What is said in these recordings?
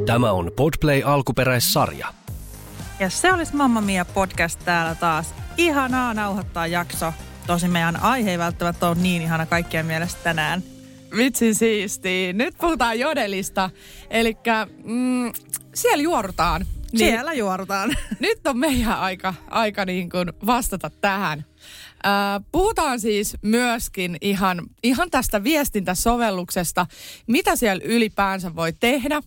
Tämä on Podplay alkuperäissarja. Ja se olisi Mamma Mia podcast täällä taas. Ihanaa nauhoittaa jakso. Tosin meidän aihe ei välttämättä ole niin ihana kaikkien mielestä tänään. Vitsin siistiä. Nyt puhutaan jodelista. Elikkä siellä juorutaan. Siellä juorutaan. Nyt on meidän aika niin kuin vastata tähän. Puhutaan siis myöskin ihan tästä viestintäsovelluksesta, mitä siellä ylipäänsä voi tehdä,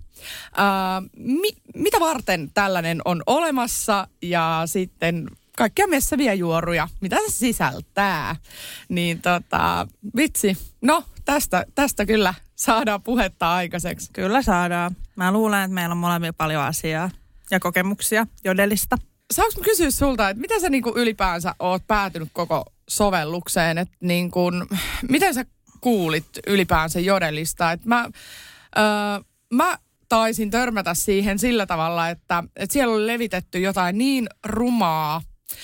mitä varten tällainen on olemassa ja sitten kaikkia messaviä juoruja, mitä se sisältää. Niin vitsi, no tästä kyllä saadaan puhetta aikaiseksi. Kyllä saadaan. Mä luulen, että meillä on molemmilla paljon asiaa ja kokemuksia jodelista. Saanko mä kysyä sulta, että miten sä niinku ylipäänsä oot päätynyt koko sovellukseen? Että niinku, miten sä kuulit ylipäänsä jodelista? Että mä taisin törmätä siihen sillä tavalla, että siellä oli levitetty jotain niin rumaa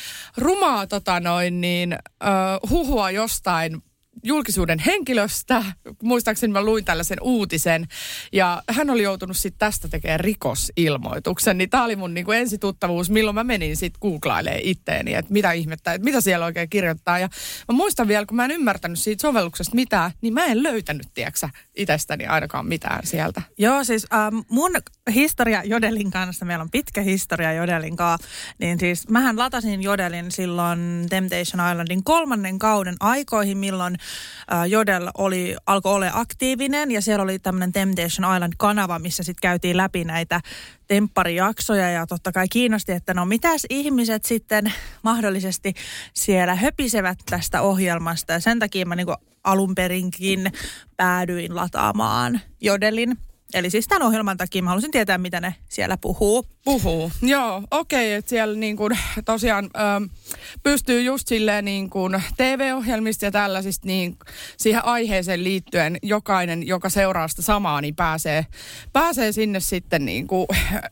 huhua jostain julkisuuden henkilöstä. Muistaakseni mä luin tällaisen uutisen ja hän oli joutunut sitten tästä tekemään rikosilmoituksen. Niin tää oli mun niinku ensituttavuus, milloin mä menin sitten googlailemaan itteeni, että mitä ihmettä, että mitä siellä oikein kirjoittaa. Ja mä muistan vielä, kun mä en ymmärtänyt siitä sovelluksesta mitään, niin mä en löytänyt, tiedäksä, itsestäni ainakaan mitään sieltä. Joo, siis mun historia Jodelin kanssa, meillä on pitkä historia Jodelin kanssa, niin siis mähän latasin Jodelin silloin Temptation Islandin 3. kauden aikoihin, milloin Jodel alkoi olla aktiivinen ja siellä oli tämmöinen Temptation Island-kanava, missä sitten käytiin läpi näitä tempparijaksoja ja totta kai kiinnosti, että no mitäs ihmiset sitten mahdollisesti siellä höpisevät tästä ohjelmasta ja sen takia mä niinku alun perinkin päädyin lataamaan Jodelin. Eli siis tämän ohjelman takia mä halusin tietää, mitä ne siellä puhuu. Joo, okei, että siellä niin kuin tosiaan pystyy just silleen niin kuin TV-ohjelmista ja tällaisista niin siihen aiheeseen liittyen jokainen, joka seuraa sitä samaa, niin pääsee sinne sitten niin kuin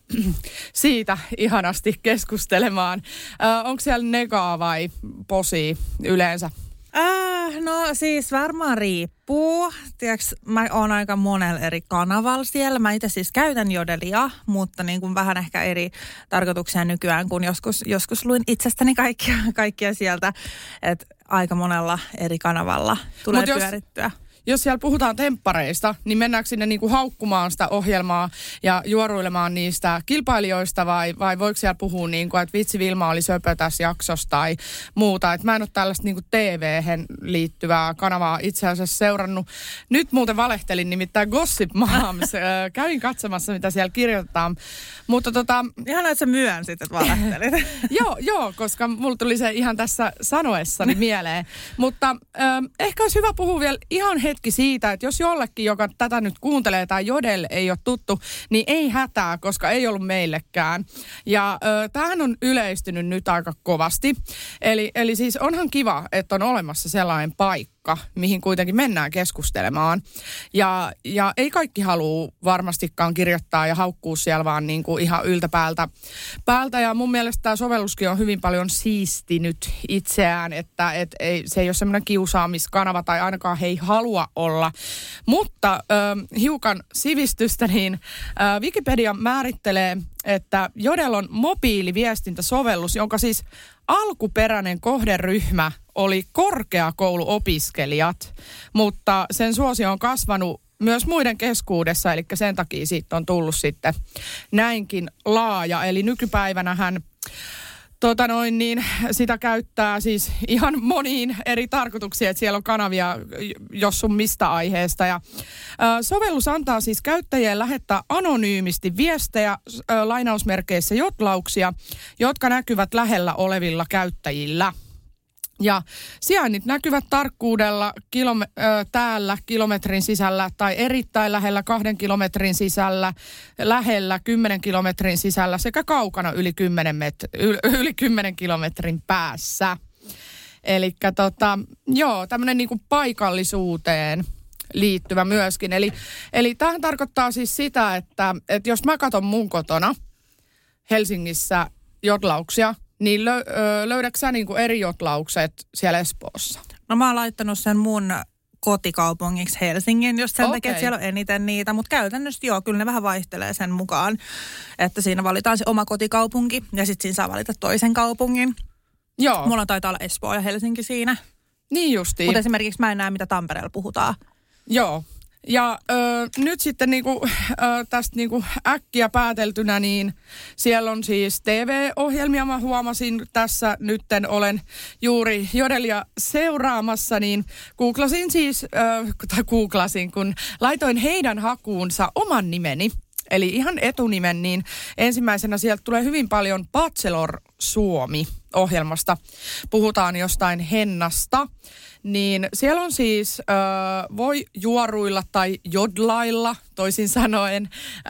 siitä ihanasti keskustelemaan. Onko siellä negaa vai posia yleensä? No siis varmaan riippuu. Tiedätkö, mä oon aika monella eri kanavalla siellä. Mä itse siis käytän Jodelia, mutta niin kuin vähän ehkä eri tarkoituksia nykyään, kun joskus luin itsestäni kaikkia sieltä. Että aika monella eri kanavalla tulee pyörittyä. Jos siellä puhutaan temppareista, niin mennäänkö sinne niinku haukkumaan sitä ohjelmaa ja juoruilemaan niistä kilpailijoista vai voiko siellä puhua niinku, että vitsi Vilma oli söpö tässä jaksossa tai muuta. Et mä en ole tällaista niinku TV-hen liittyvää kanavaa itse asiassa seurannut. Nyt muuten valehtelin, nimittäin Gossip Moms. Kävin katsomassa, mitä siellä kirjoitetaan. Mutta Ihanaa, että sä myönsit, että valehtelit. Joo, koska mulla tuli se ihan tässä sanoessani mieleen. Mutta ehkä olisi hyvä puhua vielä ihan hetki siitä, että jos jollekin, joka tätä nyt kuuntelee tai Jodel ei ole tuttu, niin ei hätää, koska ei ollut meillekään. Ja tämähän on yleistynyt nyt aika kovasti. Eli siis onhan kiva, että on olemassa sellainen paikka, mihin kuitenkin mennään keskustelemaan. Ja ei kaikki halua varmastikaan kirjoittaa ja haukkua siellä vaan niin kuin ihan yltäpäältä. Ja mun mielestä tämä sovelluskin on hyvin paljon siistinyt itseään, että se ei ole semmoinen kiusaamiskanava tai ainakaan he ei halua olla. Mutta hiukan sivistystä, niin Wikipedia määrittelee, että Jodel on mobiiliviestintäsovellus, jonka siis alkuperäinen kohderyhmä oli korkeakouluopiskelijat, mutta sen suosio on kasvanut myös muiden keskuudessa, eli sen takia siitä on tullut sitten näinkin laaja. Eli nykypäivänähän sitä käyttää siis ihan moniin eri tarkoituksiin, että siellä on kanavia jos sun mistä aiheesta. Ja sovellus antaa siis käyttäjien lähettää anonyymisti viestejä, lainausmerkeissä jotlauksia, jotka näkyvät lähellä olevilla käyttäjillä. Ja sijainnit näkyvät tarkkuudella täällä kilometrin sisällä tai erittäin lähellä 2 kilometrin sisällä, lähellä 10 kilometrin sisällä sekä kaukana yli 10 kilometrin päässä. Elikkä tämmöinen niinku paikallisuuteen liittyvä myöskin. Eli tämähän tarkoittaa siis sitä, että jos mä katson mun kotona Helsingissä jotlauksia, niin löydätkö sä niinku eri jotlaukset siellä Espoossa? No mä oon laittanut sen mun kotikaupungiksi Helsingin, just sen takia, että siellä on eniten niitä. Mutta käytännössä joo, kyllä ne vähän vaihtelee sen mukaan, että siinä valitaan se oma kotikaupunki ja sitten siinä saa valita toisen kaupungin. Joo. Mulla taitaa olla Espoo ja Helsinki siinä. Niin justiin. Mutta esimerkiksi mä en näe, mitä Tampereella puhutaan. Joo. Ja nyt sitten niinku, tästä niinku äkkiä pääteltynä, niin siellä on siis TV-ohjelmia. Mä huomasin tässä, nytten olen juuri Jodelia seuraamassa, niin googlasin, kun laitoin heidän hakuunsa oman nimeni. Eli ihan etunimen, niin ensimmäisenä sieltä tulee hyvin paljon Bachelor Suomi-ohjelmasta. Puhutaan jostain Hennasta. Niin siellä on siis, voi juoruilla tai jodlailla, toisin sanoen,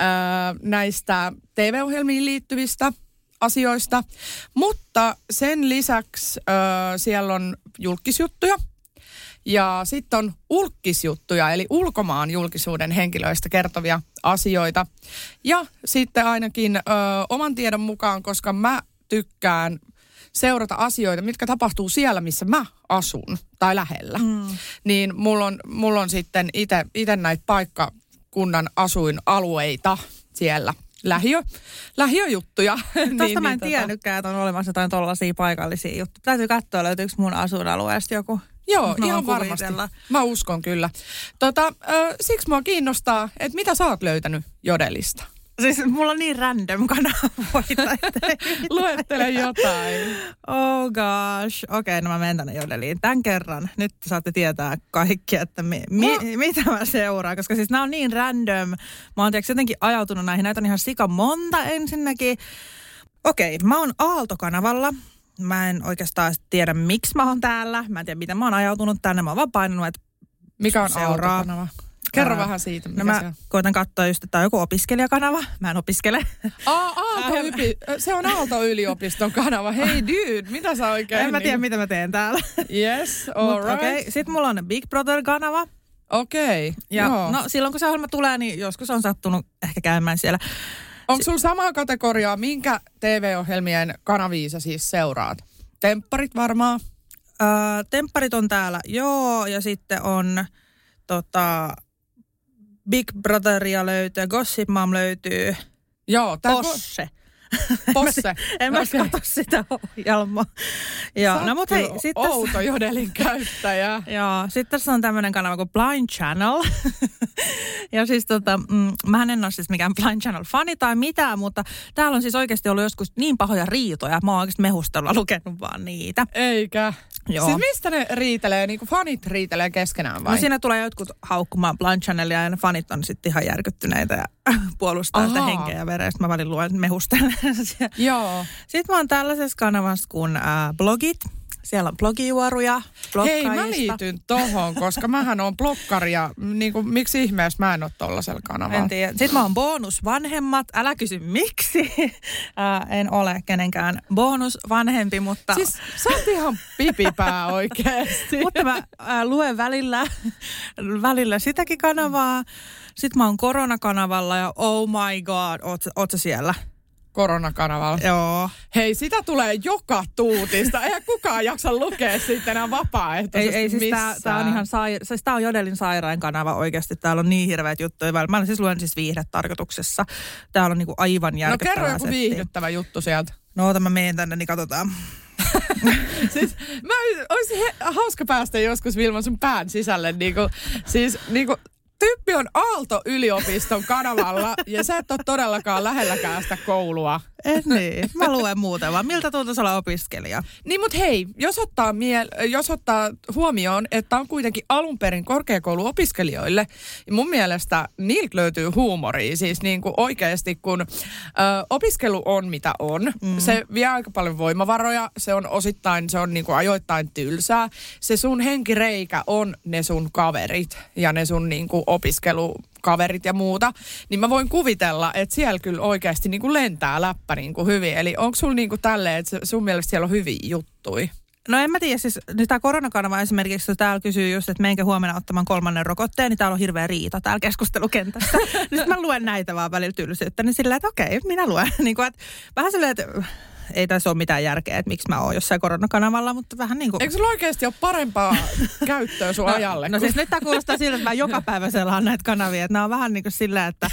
näistä TV-ohjelmiin liittyvistä asioista. Mutta sen lisäksi siellä on julkisjuttuja. Ja sitten on ulkkisjuttuja, eli ulkomaan julkisuuden henkilöistä kertovia asioita. Ja sitten ainakin oman tiedon mukaan, koska mä tykkään seurata asioita, mitkä tapahtuu siellä, missä mä asun tai lähellä. Niin mulla on sitten itse näitä paikkakunnan asuinalueita siellä. Lähiöjuttuja. Tuosta mä en tiennytkään, että on olemassa jotain tollaisia paikallisia juttuja. Täytyy katsoa, löytyykö mun asuinalueesta joku. Joo, ihan varmasti. Mä uskon kyllä. Siksi mua kiinnostaa, että mitä sä oot löytänyt Jodelista? Siis mulla on niin random kanavoita. Luettele jotain. Oh gosh. Okei, no mä menen tänne Jodeliin tämän kerran. Nyt saatte tietää kaikki, että mitä mä seuraan. Koska siis nämä on niin random. Mä oon jotenkin ajautunut näihin. Näitä on ihan sika monta ensinnäkin. Okei, mä oon Aalto-kanavalla. Mä en oikeastaan tiedä, miksi mä oon täällä. Mä en tiedä, miten mä oon ajautunut tänne. Mä oon vaan painanut, että mikä on Aalto-kanava? Kerro vähän siitä, mikä no mä koitan katsoa just, että on joku opiskelijakanava. Mä en opiskele. Se on Aalto-yliopiston kanava. Hei dude, mitä sä oikein? En mä tiedä, mitä mä teen täällä. Yes, all right. Okay. Sitten mulla on Big Brother-kanava. Okei, ja no silloin kun se ohjelma tulee, niin joskus on sattunut ehkä käymään siellä. Onko sulla samaa kategoriaa, minkä TV-ohjelmien kanavia sä siis seuraat? Tempparit varmaan? Tempparit on täällä, joo, ja sitten on Big Brotheria löytyy, Gossip Mom löytyy. Joo, Posse. En mä katso sitä ohjelmaa. Joo, no mut hei, sit outo Jodelin käyttäjä. Joo, sitten tässä on tämmönen kanava kuin Blind Channel. Ja siis mähän en ole siis mikään Blind Channel-fani tai mitään, mutta täällä on siis oikeasti ollut joskus niin pahoja riitoja. Mä oon oikeasti mehustelulla lukenut vaan niitä. Eikä. Joo. Siis mistä ne riitelee? Niin kuin fanit riitelee keskenään vai? No siinä tulee jotkut haukkumaan Blind Channelia ja ne fanit on sitten ihan järkyttyneitä ja puolustaa sitä henkeä ja vereä. Sitten mä välin luen mehustelen. Joo. Sitten mä oon tällaisessa kanavassa kuin blogit. Siellä on blogijuoruja, blokkaajista. Hei, mä liityn tohon, koska mähän oon blokkari ja niin kuin, miksi ihmeessä mä en ole tollasella kanavalla? En tiedä. Sitten mä oon bonusvanhemmat. Älä kysy miksi. En ole kenenkään bonusvanhempi, mutta... Siis sä oot ihan pipipää oikeesti. Mutta mä luen välillä sitäkin kanavaa. Sitten mä oon koronakanavalla ja oh my god, oot sä siellä? Koronakanavalla. Joo. Hei, sitä tulee joka tuutista. Eihän kukaan jaksa lukea siitä enää vapaaehtoisesti ei siis missään. tää on ihan tää on Jodelin sairain kanava oikeasti. Täällä on niin hirveät juttuja. Mä siis luen siis viihdetarkoituksessa. Täällä on niinku aivan järkyttävää. No kerro joku viihdyttävä juttu sieltä. No mä menen tänne, niin katsotaan. Siis olisi hauska päästä joskus Vilma sun pään sisälle. Tyyppi on Aalto-yliopiston kanavalla ja sä et ole todellakaan lähelläkään sitä koulua. Niin, mä luen muuten vaan. Miltä tuntuisi olla opiskelija? Niin, mutta hei, jos ottaa huomioon, että on kuitenkin alun perin korkeakouluopiskelijoille, niin mun mielestä niiltä löytyy huumoria. Siis niin kuin oikeasti, kun opiskelu on mitä on, se vie aika paljon voimavaroja, se on niin kuin ajoittain tylsää. Se sun henkireikä on ne sun kaverit ja ne sun niin kuin opiskelukaverit ja muuta, niin mä voin kuvitella, että siellä kyllä oikeasti niin kuin lentää läppä niin kuin hyvin. Eli onko sulla niin kuin tälleen, että sun mielestä siellä on hyviä juttuja? No en mä tiedä, siis nyt tämä koronakanava esimerkiksi, kun täällä kysyy just, että meinkö huomenna ottamaan 3. rokotteen, niin täällä on hirveä riita täällä keskustelukentässä. Nyt mä luen näitä vaan välillä tylsyyttä, niin silleen, että okei, minä luen. Niin kuin, että vähän silleen, että ei tässä ole mitään järkeä, että miksi mä oon jossain koronakanavalla, mutta vähän niin kuin... Eikö sulla oikeasti ole parempaa käyttöä sun ajalle? No siis nyt tämä kuulostaa siltä, että mä joka päivä selaan näitä kanavia, että nämä on vähän niin kuin sillä, että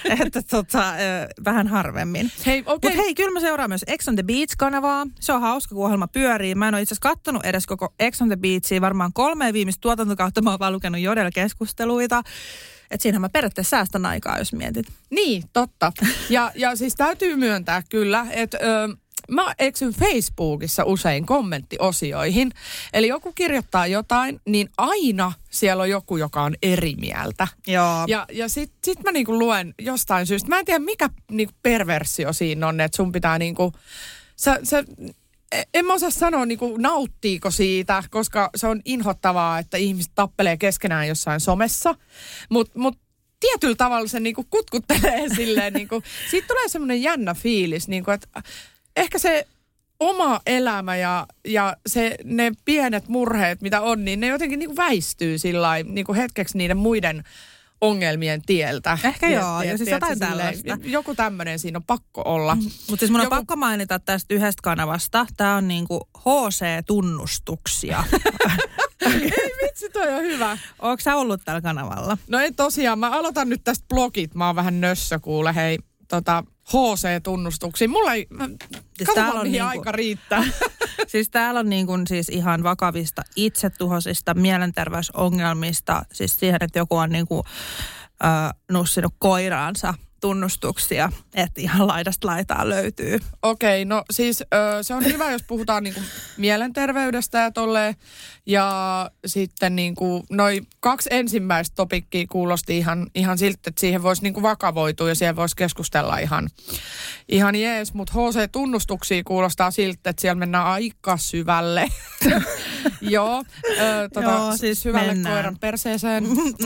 vähän harvemmin. Hei, okay. Mutta hei, kyllä mä seuraan myös Ex on the Beach-kanavaa. Se on hauska, kun ohjelma pyörii. Mä en ole itse asiassa kattonut edes koko Ex on the Beachia. Varmaan 3 viimeistä tuotantokautta mä oon vaan lukenut Jodel-keskusteluita. Että siinähän mä periaatteessa säästän aikaa, jos mietit. Niin, totta. Ja siis täytyy myöntää kyllä, että mä eksyn Facebookissa usein kommenttiosioihin. Eli joku kirjoittaa jotain, niin aina siellä on joku, joka on eri mieltä. Joo. Ja sit mä niinku luen jostain syystä. Mä en tiedä, mikä niinku perversio siinä on, että sun pitää niinku... En mä osaa sanoa, niinku, nauttiiko siitä, koska se on inhottavaa, että ihmiset tappelee keskenään jossain somessa. Mut tietyllä tavalla se niinku kutkuttelee silleen, niinku, siitä tulee semmoinen jännä fiilis, niinku, että ehkä se oma elämä ja ne pienet murheet, mitä on, niin ne jotenkin niinku väistyy sillain, niinku hetkeksi niiden muiden ongelmien tieltä. Ehkä joo, ja siis jotain tällaista. Joku tämmöinen siinä on pakko olla. Mutta siis mun on pakko mainita tästä yhdestä kanavasta. Tää on niinku HC-tunnustuksia. Ei vitsi, toi on hyvä. Ootko sä ollut tällä kanavalla? No ei tosiaan, mä aloitan nyt tästä blogit. Mä oon vähän nössö kuule, hei, HC-tunnustuksiin. Mulla ei, katsotaan mihin aika riittää. Siis täällä on niin kuin siis ihan vakavista itsetuhoisista mielenterveysongelmista, siis siihen, että joku on niin kuin, nussinut koiraansa tunnustuksia, että ihan laidasta laitaan löytyy. Okei, no siis se on hyvä, jos puhutaan niinku mielenterveydestä ja tolleen. Ja sitten niinku noi 2 ensimmäistä topikkia kuulosti ihan siltä, että siihen voisi niinku vakavoitua ja siihen voisi keskustella ihan jees. Mutta HC-tunnustuksia kuulostaa siltä, että siellä mennään aika syvälle. Joo, siis syvälle mennään. koiran perseeseen.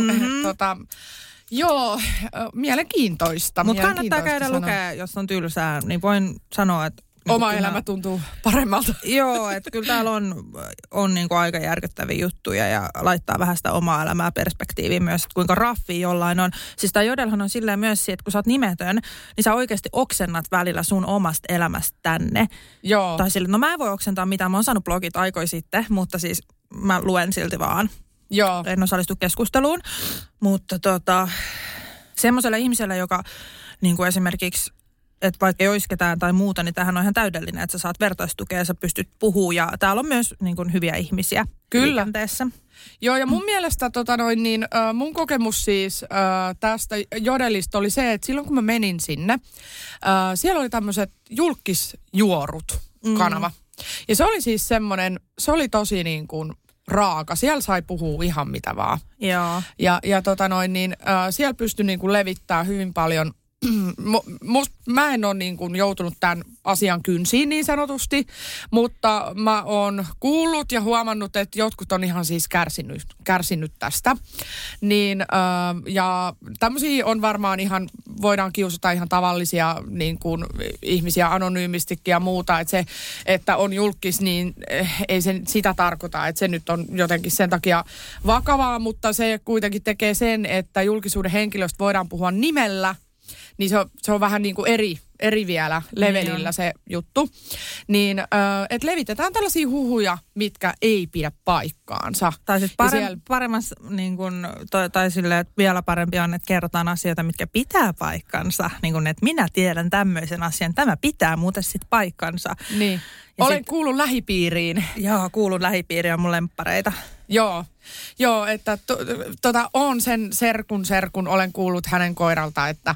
Joo, mielenkiintoista. Mutta kannattaa käydä lukea, jos on tylsää, niin voin sanoa, että... Oma elämä tuntuu paremmalta. Joo, että kyllä täällä on niinku aika järkyttäviä juttuja ja laittaa vähän sitä omaa elämää perspektiiviin myös, että kuinka raffi jollain on. Siis tää Jodelhan on silleen myös, että kun sä oot nimetön, niin sä oikeasti oksennat välillä sun omasta elämästä tänne. Joo. Tai sille, no mä en voi oksentaa mitään, mä oon saanut blogit aikoja sitten, mutta siis mä luen silti vaan. Joo. En osallistu keskusteluun, mutta semmoiselle ihmiselle, joka niin kuin esimerkiksi, että vaikka ei olisi ketään tai muuta, niin tämähän on ihan täydellinen, että sä saat vertaistukea ja sä pystyt puhumaan. Ja täällä on myös niin kuin hyviä ihmisiä liikenteessä. Joo, ja mun mielestä mun kokemus siis tästä Jodelista oli se, että silloin kun mä menin sinne, siellä oli tämmöiset julkisjuorut kanava. Ja se oli siis semmoinen, se oli tosi niin kuin raaka. Siellä sai puhua ihan mitä vaan. Joo. Ja siellä pystyi niin kuin levittämään hyvin paljon. Mä en ole niin kuin joutunut tämän asian kynsiin niin sanotusti, mutta mä oon kuullut ja huomannut, että jotkut on ihan siis kärsinyt tästä. Ja tämmöisiä on varmaan voidaan kiusata ihan tavallisia niin kuin ihmisiä anonyymistikin ja muuta. Että se, että on julkis, niin ei se sitä tarkoita, että se nyt on jotenkin sen takia vakavaa, mutta se kuitenkin tekee sen, että julkisuuden henkilöstä voidaan puhua nimellä. Niin se on vähän niin kuin eri vielä levelillä se juttu. Niin, että levitetään tällaisia huhuja, mitkä ei pidä paikkaansa. Tai sitten paremmassa, niin kuin, tai silleen, että vielä parempi on, että kerrotaan asioita, mitkä pitää paikkansa. Niin kuin, että minä tiedän tämmöisen asian, tämä pitää muuten sitten paikkansa. Niin. Olen kuullut lähipiiriin. Joo, kuulun lähipiiriin, on mun lemppareita. Joo, että on sen serkun, olen kuullut hänen koiralta, että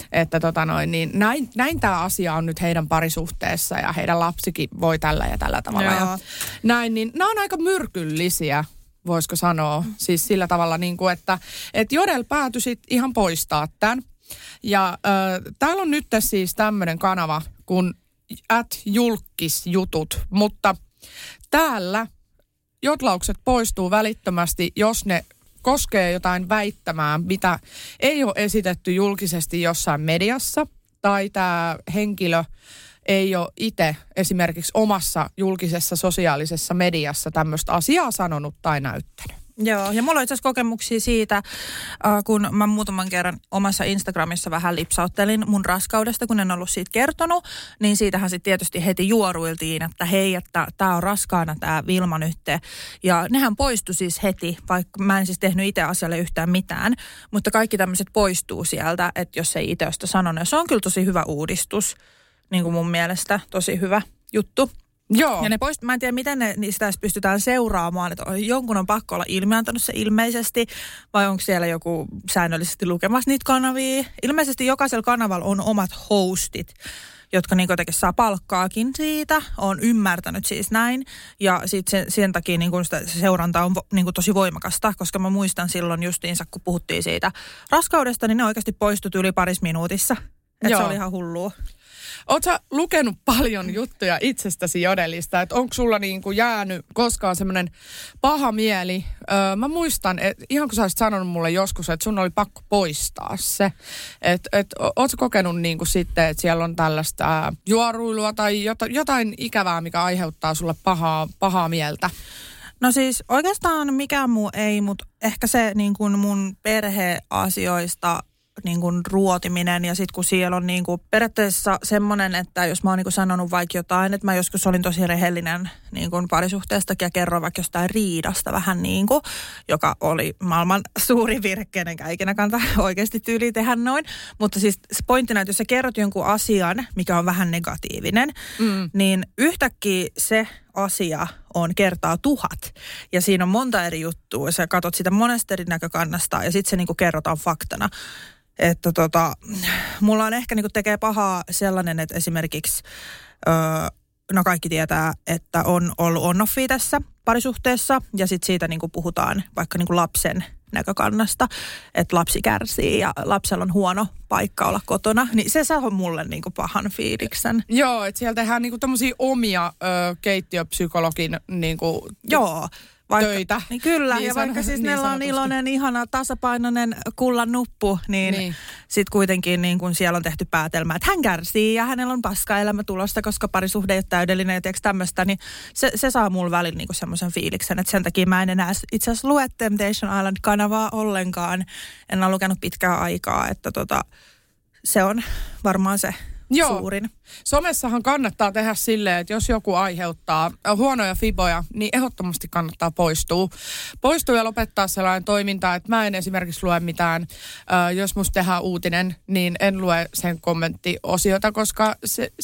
näin tämä asia on nyt heidän parisuhteessa ja heidän lapsikin voi tällä ja tällä tavalla. Ja näin, niin nämä on aika myrkyllisiä, voisiko sanoa. Siis sillä tavalla, niin kuin, että Jodel päätyi sitten ihan poistaa tämän. Ja täällä on nyt siis tämmöinen kanava kuin @julkisjutut, mutta täällä jotlaukset poistuu välittömästi, jos ne koskee jotain väittämää, mitä ei ole esitetty julkisesti jossain mediassa, tai tämä henkilö ei ole itse esimerkiksi omassa julkisessa sosiaalisessa mediassa tämmöistä asiaa sanonut tai näyttänyt. Joo, ja mulla on itse asiassa kokemuksia siitä, kun mä muutaman kerran omassa Instagramissa vähän lipsauttelin mun raskaudesta, kun en ollut siitä kertonut, niin siitähän sitten tietysti heti juoruiltiin, että hei, että tää on raskaana tää Vilma nytte. Ja nehän poistui siis heti, vaikka mä en siis tehnyt itse asialle yhtään mitään, mutta kaikki tämmöiset poistuu sieltä, että jos ei itse ole sitä sanonut. Ja se on kyllä tosi hyvä uudistus, niin kuin mun mielestä tosi hyvä juttu. Joo. Ja ne mä en tiedä, miten niistä edes pystytään seuraamaan, että jonkun on pakko olla ilmiantanut se ilmeisesti, vai onko siellä joku säännöllisesti lukemassa niitä kanavia. Ilmeisesti jokaisella kanavalla on omat hostit, jotka niin jotenkin saa palkkaakin siitä. Olen ymmärtänyt siis näin. Ja sitten sen takia niin kun se seuranta on niin kun tosi voimakasta, koska mä muistan silloin justiinsa, kun puhuttiin siitä raskaudesta, niin ne oikeasti poistui yli parissa minuutissa. Että se oli ihan hullua. Ootko sä lukenut paljon juttuja itsestäsi Jodelista? Että onko sulla niinku jäänyt koskaan semmoinen paha mieli? Mä muistan, että ihan kun sä olisit sanonut mulle joskus, että sun oli pakko poistaa se. Ootko sä kokenut niinku sitten, että siellä on tällaista juoruilua tai jotain ikävää, mikä aiheuttaa sulle pahaa mieltä? No siis oikeastaan mikään muu ei, mutta ehkä se niin kuin mun perheasioista niin kuin ruotiminen ja sitten kun siellä on niin kuin periaatteessa semmoinen, että jos mä oon niin kuin sanonut vaikka jotain, että mä joskus olin tosi rehellinen niin kuin parisuhteestakin ja kerroin vaikka jostain riidasta vähän niin kuin, joka oli maailman suuri virhe, kenenkään ikinä kantaa oikeasti tyyliä tehdä noin. Mutta siis pointtina, että jos sä kerrot jonkun asian, mikä on vähän negatiivinen, niin yhtäkkiä se asia on kertaa 1000. Ja siinä on monta eri juttua. Sä katot sitä monesta eri näkökannasta ja sitten se niinku kerrotaan faktana. Että mulla on ehkä niinku tekee pahaa sellainen, että esimerkiksi no kaikki tietää, että on ollut on-offia tässä parisuhteessa ja sitten siitä niinku puhutaan vaikka niinku lapsen näkökannasta, että lapsi kärsii ja lapsella on huono paikka olla kotona, niin se saa mulle niinku pahan fiiliksen. Joo, että siellä tehdään niinku tommosia omia keittiöpsykologin niinku joo. töitä. Niin kyllä, niin ja vaikka siis meillä on iloinen, ihana, tasapainoinen kullan nuppu, niin. Sitten kuitenkin niin kun siellä on tehty päätelmä, että hän kärsii ja hänellä on paska elämä tulosta, koska parisuhde ei ole täydellinen ja tämmöistä, niin se saa mulle välillä niin semmoisen fiiliksen, että sen takia mä en enää itse asiassa lue Temptation Island-kanavaa ollenkaan. En ole lukenut pitkää aikaa, että se on varmaan se suurin. Somessahan kannattaa tehdä silleen, että jos joku aiheuttaa huonoja fiboja, niin ehdottomasti kannattaa poistua ja lopettaa sellainen toiminta, että mä en esimerkiksi lue mitään, jos musta tehdään uutinen, niin en lue sen kommenttiosiota, koska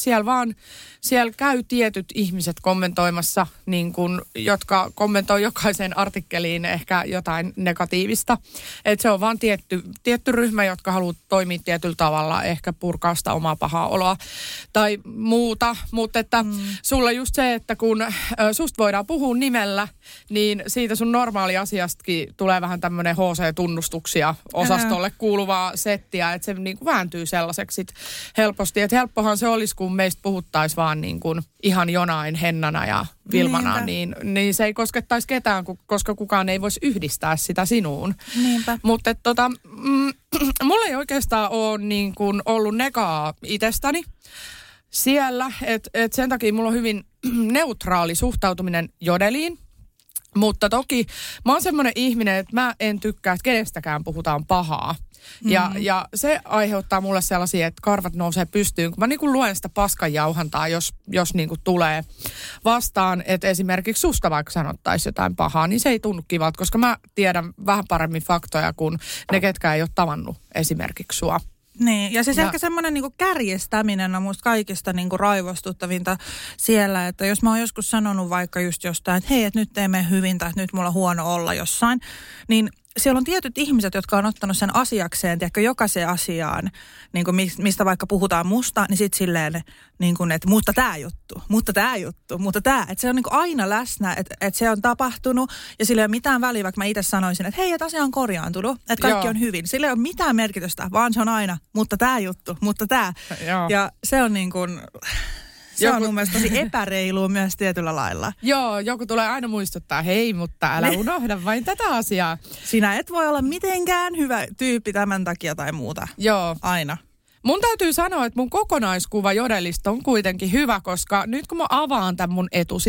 siellä käy tietyt ihmiset kommentoimassa, niin kun, jotka kommentoi jokaiseen artikkeliin ehkä jotain negatiivista. Että se on vaan tietty ryhmä, jotka haluaa toimia tietyllä tavalla, ehkä purkaa sitä omaa pahaa oloa tai muuta, mutta että sulla just se, että kun susta voidaan puhua nimellä, niin siitä sun normaali asiastakin tulee vähän tämmöinen HC-tunnustuksia osastolle kuuluvaa settiä, että se niin kuin vääntyy sellaiseksi helposti. Että helppohan se olisi, kun meistä puhuttaisiin vaan niin kuin ihan jonain Hennana ja Vilmana, niin se ei koskettaisi ketään, koska kukaan ei voisi yhdistää sitä sinuun. Niinpä. Mutta mulla ei oikeastaan ole niin kuin ollut negaa itsestäni siellä, että sen takia mulla on hyvin neutraali suhtautuminen Jodeliin. Mutta toki mä oon semmoinen ihminen, että mä en tykkää, että kenestäkään puhutaan pahaa. Ja se aiheuttaa mulle sellaisia, että karvat nousee pystyyn, kun mä niin kuin luen sitä paskanjauhantaa, jos niin kuin tulee vastaan, että esimerkiksi susta vaikka sanottaisiin jotain pahaa, niin se ei tunnu kivalta, koska mä tiedän vähän paremmin faktoja kuin ne, ketkä ei ole tavannut esimerkiksi sua. Niin, ja siis ehkä semmoinen niinku kärjestäminen on musta kaikista niinku raivostuttavinta siellä, että jos mä oon joskus sanonut vaikka just jostain, että hei, että nyt ei mene hyvin tai että nyt mulla on huono olla jossain, niin siellä on tietyt ihmiset, jotka on ottanut sen asiakseen, tiedätkö, jokaiseen asiaan, niin kuin mistä vaikka puhutaan musta, niin sitten silleen, niin kuin, että mutta tämä juttu, että se on niin kuin aina läsnä, että se on tapahtunut ja sillä ei ole mitään väliä, vaikka mä itse sanoisin, että hei, että asia on korjaantunut, että kaikki on hyvin. Sillä ei ole mitään merkitystä, vaan se on aina, mutta tämä juttu, mutta tämä. Ja se on niin kuin... Se on mun mielestä tosi epäreilua myös tietyllä lailla. Joo, joku tulee aina muistuttaa, hei, mutta älä unohda vain tätä asiaa. Sinä et voi olla mitenkään hyvä tyyppi tämän takia tai muuta. Joo. Aina. Mun täytyy sanoa, että mun kokonaiskuva Jodelista on kuitenkin hyvä, koska nyt kun mä avaan tämän mun etusivun,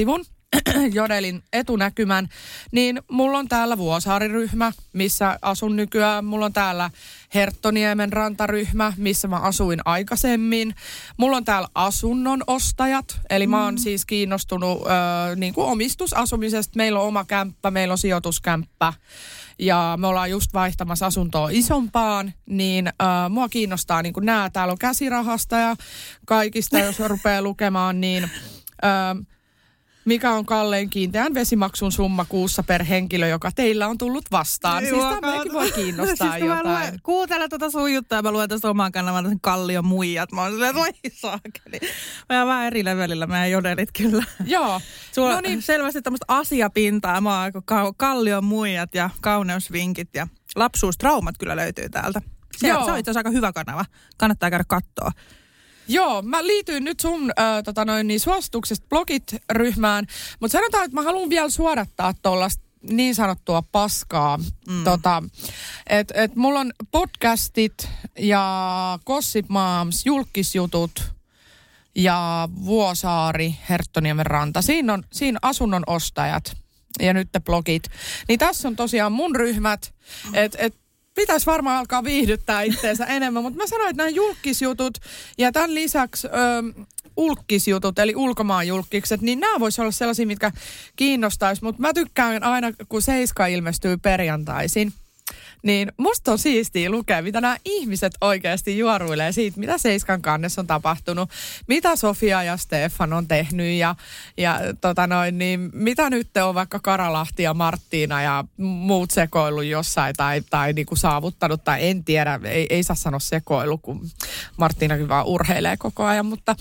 Jodelin etunäkymän, niin mulla on täällä Vuosaari-ryhmä, missä asun nykyään. Mulla on täällä Herttoniemen rantaryhmä, missä mä asuin aikaisemmin. Mulla on täällä asunnon ostajat, eli mä oon siis kiinnostunut niin kuin omistusasumisesta. Meillä on oma kämppä, meillä on sijoituskämppä. Ja me ollaan just vaihtamassa asuntoa isompaan, niin mua kiinnostaa niin kuin nämä. Täällä on käsirahasta ja kaikista, jos rupeaa lukemaan, niin mikä on kallein kiinteän vesimaksun summa kuussa per henkilö, joka teillä on tullut vastaan. Siis tämmöinenkin voi kiinnostaa siis jotain. Kuuntele tuota sun juttua ja mä luen tästä oman kanavan Kallion muijat. Mä oon silleen, että voi saakeli. Mä oon vähän eri levelillä meidän jodelit kyllä. Joo. Sulla on niin selvästi tämmöistä asiapintaa. Mä oon Kallion muijat ja kauneusvinkit ja lapsuustraumat kyllä löytyy täältä. Se on itse asiassa aika hyvä kanava. Kannattaa käydä katsoa. Joo, mä liityin nyt sun suosituksesta blogit-ryhmään, mutta sanotaan, että mä haluan vielä suodattaa tuollaista niin sanottua paskaa. Et mulla on podcastit ja Gossip Moms, julkisjutut ja Vuosaari, Herttoniemen ranta. Siinä asunnon ostajat ja nyt blogit. Niin tässä on tosiaan mun ryhmät, pitäisi varmaan alkaa viihdyttää itseensä enemmän, mutta mä sanoin, että nämä julkisjutut ja tämän lisäksi ulkkisjutut, eli ulkomaan julkikset, niin nämä voisi olla sellaisia, mitkä kiinnostaisi, mutta mä tykkään aina, kun Seiska ilmestyy perjantaisin, niin musta on siistiä lukea, mitä nämä ihmiset oikeasti juoruilee siitä, mitä Seiskan kannessa on tapahtunut, mitä Sofia ja Stefan on tehnyt ja niin mitä nyt on vaikka Karalahti ja Marttiina ja muut sekoillut jossain tai niinku saavuttanut, tai en tiedä, ei saa sanoa sekoilu, kun Marttiinakin vaan urheilee koko ajan, mutta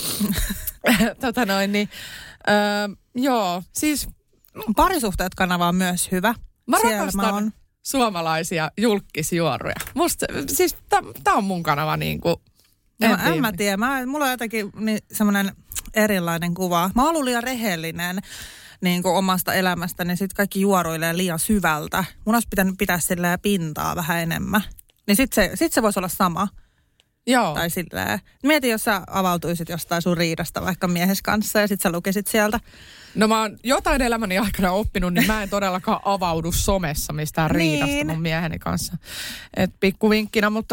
joo, siis Parisuhteet kanava on myös hyvä. Mä rakastan suomalaisia julkkisjuoruja. Musta, siis tää on mun kanava niinku. En mä tiedä. Mulla on jotenkin semmoinen erilainen kuva. Mä oon ollut liian rehellinen niin kuin omasta elämästäni, niin sit kaikki juoruilee liian syvältä. Mun olisi pitänyt pitää silleen pintaa vähän enemmän. Niin sit se voisi olla sama. Joo. Tai silleen. Mieti, jos sä avautuisit jostain sun riidasta vaikka miehes kanssa ja sit sä lukisit sieltä. No mä oon jotain elämäni aikana oppinut, niin mä en todellakaan avaudu somessa mistään riidasta mun mieheni kanssa. Et pikkuvinkkinä, mutta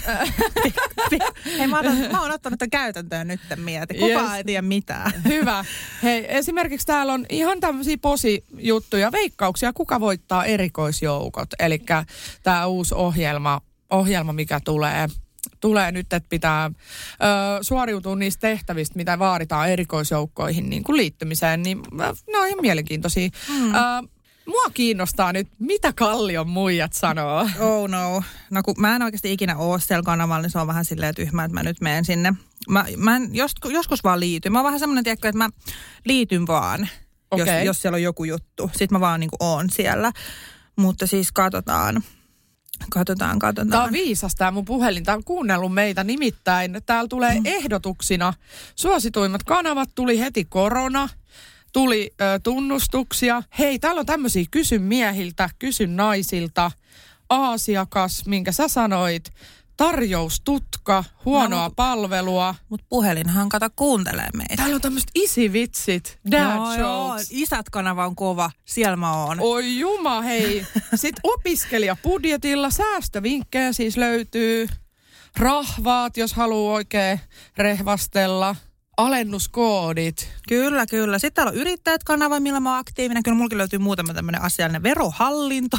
Hei, mä oon ottanut tämän käytäntöön nyt, mieti. Kukaan ei tiedä mitään. Hyvä. Hei, esimerkiksi täällä on ihan tämmöisiä posi-juttuja, veikkauksia, kuka voittaa erikoisjoukot. Elikkä tää uusi ohjelma, mikä tulee nyt, että pitää suoriutua niistä tehtävistä, mitä vaaditaan erikoisjoukkoihin niin kuin liittymiseen, niin ne on ihan mielenkiintoisia. Mua kiinnostaa nyt, mitä Kallion muijat sanoo. Oh no. No kun mä en oikeasti ikinä ole siellä kanavalla, niin se on vähän silleen tyhmä, että mä nyt menen sinne. Mä en joskus vaan liityn. Mä oon vähän semmoinen, tiedätkö, että mä liityn vaan, jos siellä on joku juttu. Sitten mä vaan niin kuin oon siellä. Mutta siis katsotaan. Tämä on viisas tämä mun puhelin. Tämä on kuunnellut meitä nimittäin. Täällä tulee ehdotuksina suosituimmat kanavat. Tuli heti korona. Tuli tunnustuksia. Hei, täällä on tämmöisiä kysy miehiltä, kysy naisilta. Asiakas, minkä sä sanoit. Tarjoustutka, huonoa palvelua. Mutta puhelinhan kuuntelee meitä. Täällä on tämmöiset isivitsit, dad jokes. Joo, isät-kanava on kova, siellä mä oon. Oi juma, hei. Sitten opiskelijabudjetilla säästövinkkejä siis löytyy. Rahvaat, jos haluaa oikein rehvastella. Alennuskoodit. Kyllä. Sitten täällä on yrittäjät-kanava, millä mä oon aktiivinen. Kyllä mullakin löytyy muutama tämmöinen asiallinen verohallinto.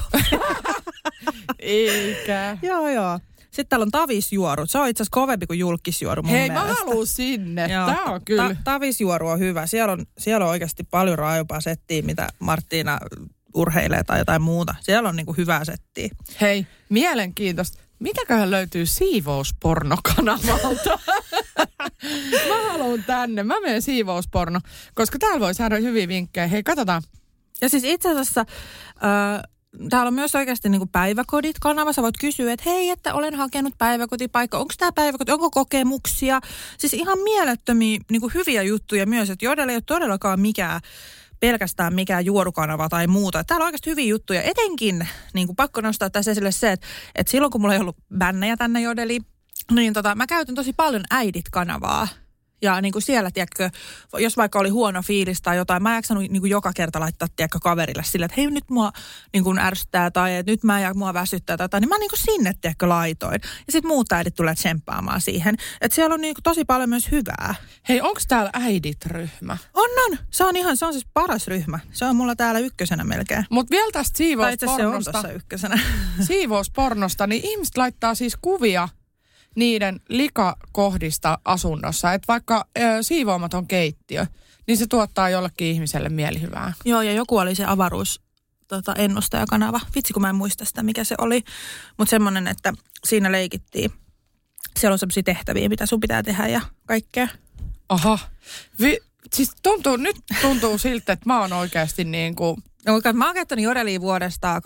Eikä. Joo. Sitten täällä on tavisjuoru. Se on itse asiassa kovempi kuin julkisjuoru mun mielestä. Hei, mä haluun sinne. Joo. Tää on kyllä. Tavisjuoru on hyvä. Siellä on oikeasti paljon raajopaa settiä, mitä Marttiina urheilee tai jotain muuta. Siellä on niinku hyvää settiä. Hei, mielenkiintoista. Mitäköhän löytyy siivouspornokanavalta? Mä haluun tänne. Mä menen siivousporno, koska täällä voi saada hyviä vinkkejä. Hei, katsotaan. Ja siis itse asiassa täällä on myös oikeasti niin kuin päiväkodit-kanava. Sä voit kysyä, että hei, että olen hakenut päiväkotipaikka. Onko tämä päiväkoti, onko kokemuksia? Siis ihan mielettömiä niin kuin hyviä juttuja myös, että Jodel ei ole todellakaan pelkästään mikään juorukanava tai muuta. Täällä on oikeasti hyviä juttuja. Etenkin, niin kuin pakko nostaa tässä esille se, että silloin kun mulla ei ollut bännejä tänne Jodeliin, niin mä käytän tosi paljon äidit-kanavaa. Ja niin kuin siellä, tiedätkö, jos vaikka oli huono fiilis tai jotain, mä en jaksanut niin kuin joka kerta laittaa, tiedätkö, kaverille sille, että hei nyt mua niin kuin ärsyttää tai että nyt mua väsyttää tai niin mä niin kuin sinne, tiedätkö, laitoin. Ja sitten muut äidit tulee tsemppaamaan siihen. Että siellä on niin kuin tosi paljon myös hyvää. Hei, onko täällä äidit-ryhmä? On. Se on siis paras ryhmä. Se on mulla täällä ykkösenä melkein. Mutta vielä tästä siivouspornosta. Se on ykkösenä. Siivouspornosta, niin ihmiset laittaa siis kuvia niiden likakohdista asunnossa. Että vaikka siivoamaton keittiö, niin se tuottaa jollekin ihmiselle mielihyvää. Joo, ja joku oli se ennustajakanava. Vitsi, kun mä en muista sitä, mikä se oli. Mutta semmoinen, että siinä leikittiin. Siellä on semmoisia tehtäviä, mitä sun pitää tehdä ja kaikkea. Aha. Siis nyt tuntuu siltä, että mä oon oikeasti niin kuin... Mä oon käyttänyt Jodelia vuodesta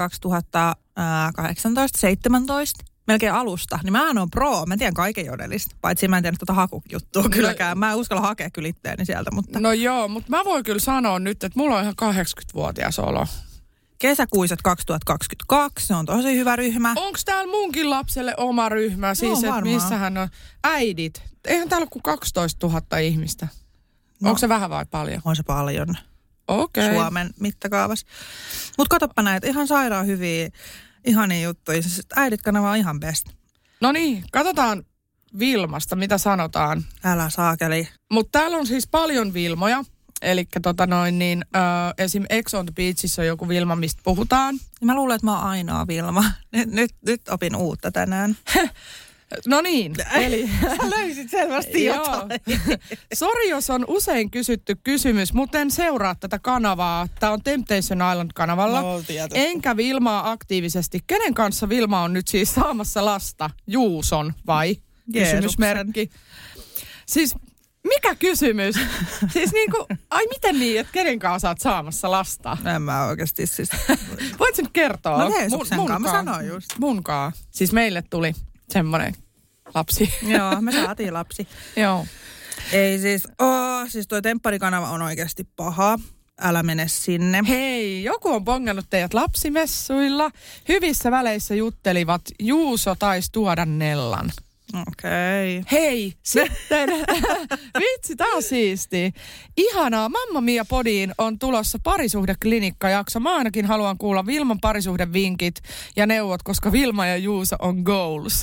2018-17. Melkein alusta, niin mä oon pro. Mä tiedän kaiken Jodelista, paitsi mä en tiedä tuota hakujuttua kylläkään. Mä en uskalla hakea kyllä itteeni sieltä, mutta... No joo, mutta mä voin kyllä sanoa nyt, että mulla on ihan 80-vuotias olo. Kesäkuiset 2022, se on tosi hyvä ryhmä. Onko täällä munkin lapselle oma ryhmä? Siis, että missähän on äidit? Eihän täällä ole kuin 12 000 ihmistä. No. Onko se vähän vai paljon? On se paljon. Okei. Suomen mittakaavassa. Mutta katsoppa näitä, ihan sairaan hyviä, ihania juttuja. Äidit-kanava on ihan best. No niin, katsotaan Vilmasta, mitä sanotaan. Älä saakeli. Mutta täällä on siis paljon Vilmoja. Eli esim. Ex on the Beachissä on joku Vilma, mistä puhutaan. Mä luulen, että mä oon ainoa Vilma. Nyt opin uutta tänään. No niin, eli... Sä löysit selvästi jotain. Sori, jos on usein kysytty kysymys, mutta en seuraa tätä kanavaa. Tämä on Temptation Island-kanavalla. No, enkä Vilmaa aktiivisesti. Kenen kanssa Vilma on nyt siis saamassa lasta? Juuson vai? Kysymysmerkki. Siis... Mikä kysymys? Siis niinku, miten niin, että kenen kanssa oot saamassa lasta? En mä oikeasti siis. Voit sä nyt kertoa? No Jeesuksen kanssa, mä sanoin just. Munkaan. Siis meille tuli semmoinen lapsi. Joo, me saatiin lapsi. Joo. Ei siis, siis toi tempparikanava on oikeasti paha. Älä mene sinne. Hei, joku on bongannut teidät lapsimessuilla. Hyvissä väleissä juttelivat, Juuso taisi tuoda Nellan. Okei. Hei, sitten, vitsi, tää on siistiä. Ihanaa, Mamma Mia Podiin on tulossa parisuhdeklinikka-jakso. Mä ainakin haluan kuulla Vilman parisuhdevinkit ja neuvot, koska Vilma ja Juuso on goals.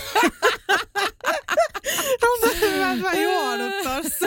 Mä juonut tossa.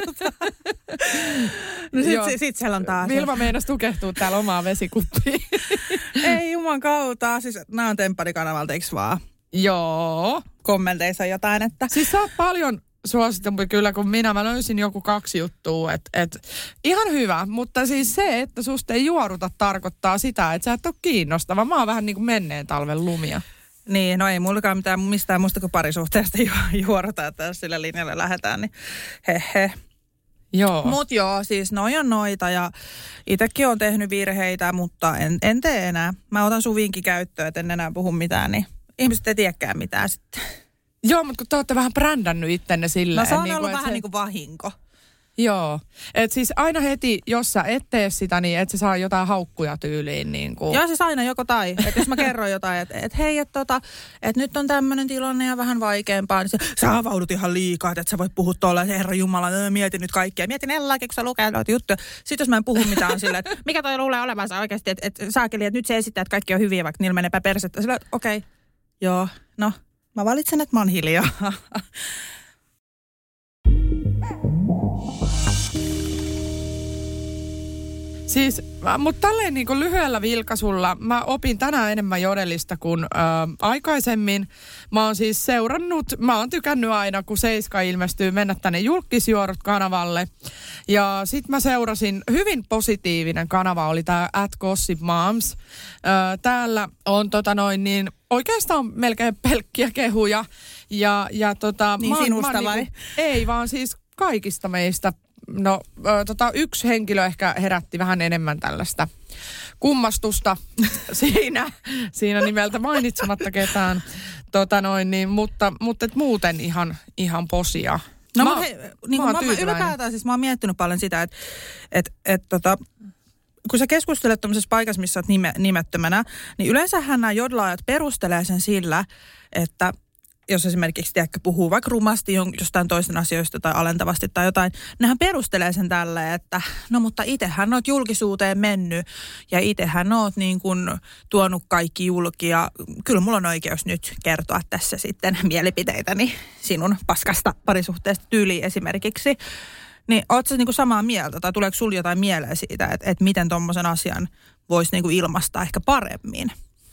No sit siellä on taas. Vilma meinasi tukehtua täällä omaan vesikuppiin. Ei juman kautta. Siis nää on tempparikanavalta, eiks vaan? Joo. Kommenteissa jotain, että... Siis sä oot paljon suositumpi kyllä kuin minä. Mä löysin joku 2 juttua, että ihan hyvä. Mutta siis se, että susta ei juoruta, tarkoittaa sitä, että sä et ole kiinnostava. Mä oon vähän niin kuin menneen talven lumia. Niin, no ei mullakaan mistään muusta kuin parisuhteesta juoruta, että jos sille linjalle lähdetään, niin hehe. Joo. Mut joo, siis noi on noita ja itsekin on tehnyt virheitä, mutta en tee enää. Mä otan sun vinkki käyttöön, että en enää puhu mitään, niin ihmiset ei tiedäkään mitään sitten. Joo, mutta kun te olette vähän brändännyt ittenne silleen. No se on niin ollut vähän niin kuin vahinko. Joo. Että siis aina heti, jos sä et tee sitä, niin et sä saa jotain haukkuja tyyliin. Niin kuin. Joo, siis aina joko tai. Että jos mä kerron jotain, että hei, että nyt on tämmöinen tilanne ja vähän vaikeampaa, niin sä avaudut ihan liikaa, että sä voit puhua tuolla, että Herra Jumala, mietin nyt kaikkea. Mietin Ellakin, kun sä lukee noita juttuja. Sitten jos mä en puhu mitään silleen, että mikä toi luulee olevansa oikeasti, että saakeli, että nyt se esittää, että kaikki on hyviä, vaikka niillä menee persettä. Silleen, okei, joo, no, mä valitsen, että mä oon hiljaa. Siis, mutta tälleen niin kuin lyhyellä vilkaisulla mä opin tänään enemmän Jodelista kuin aikaisemmin. Mä oon siis mä oon tykännyt aina, kun Seiska ilmestyy, mennä tänne Julkkisjuorut-kanavalle. Ja sit mä seurasin, hyvin positiivinen kanava oli tää @gossipmoms. Täällä on oikeastaan melkein pelkkiä kehuja. Niin sinusta vai? Ei, vaan siis kaikista meistä. No, yksi henkilö ehkä herätti vähän enemmän tällaista kummastusta siinä nimeltä mainitsematta ketään. Mutta et muuten ihan posia. No mä ylipäätään siis mä oon miettinyt paljon sitä, että kun sä keskustelet tuollaisessa paikassa, missä oot nimettömänä, niin yleensähän nämä jodlaajat perustelee sen sillä, että jos esimerkiksi puhuu vaikka rumasti jostain toisten asioista tai alentavasti tai jotain, nehän perustelee sen tälleen, että no mutta itsehän oot julkisuuteen mennyt ja itsehän oot niin kuin tuonut kaikki julki ja kyllä mulla on oikeus nyt kertoa tässä sitten mielipiteitäni sinun paskasta parisuhteesta tyyliin esimerkiksi. Niin ootko sä niin kuin samaa mieltä tai tuleeko sulla jotain mieleen siitä, että miten tommoisen asian voisi niin kuin ilmaista ehkä paremmin?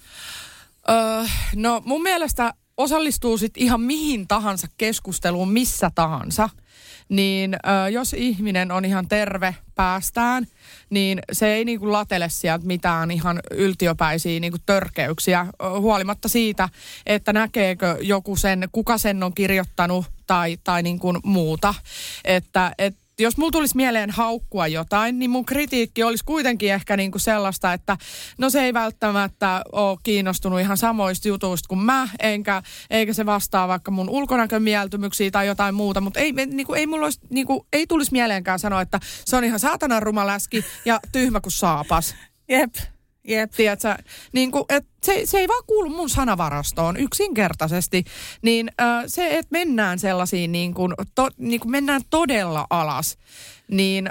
No mun mielestä osallistuu sit ihan mihin tahansa keskusteluun, missä tahansa. Niin jos ihminen on ihan terve päästään, niin se ei niinku latele sieltä mitään ihan yltiöpäisiä niinku törkeyksiä, huolimatta siitä, että näkeekö joku sen, kuka sen on kirjoittanut tai niinku muuta. Että jos mulla tulisi mieleen haukkua jotain, niin mun kritiikki olisi kuitenkin ehkä niinku sellaista, että no se ei välttämättä ole kiinnostunut ihan samoista jutuista kuin mä, eikä se vastaa vaikka mun ulkonäkömieltymyksiä tai jotain muuta, mutta ei mulla olisi, ei tulisi mieleenkään sanoa, että se on ihan saatanan ruma läski ja tyhmä kuin saapas. Jep. Tiedätkö, se ei vaan kuulu mun sanavarastoon yksinkertaisesti, niin se, että mennään sellaisiin mennään todella alas, niin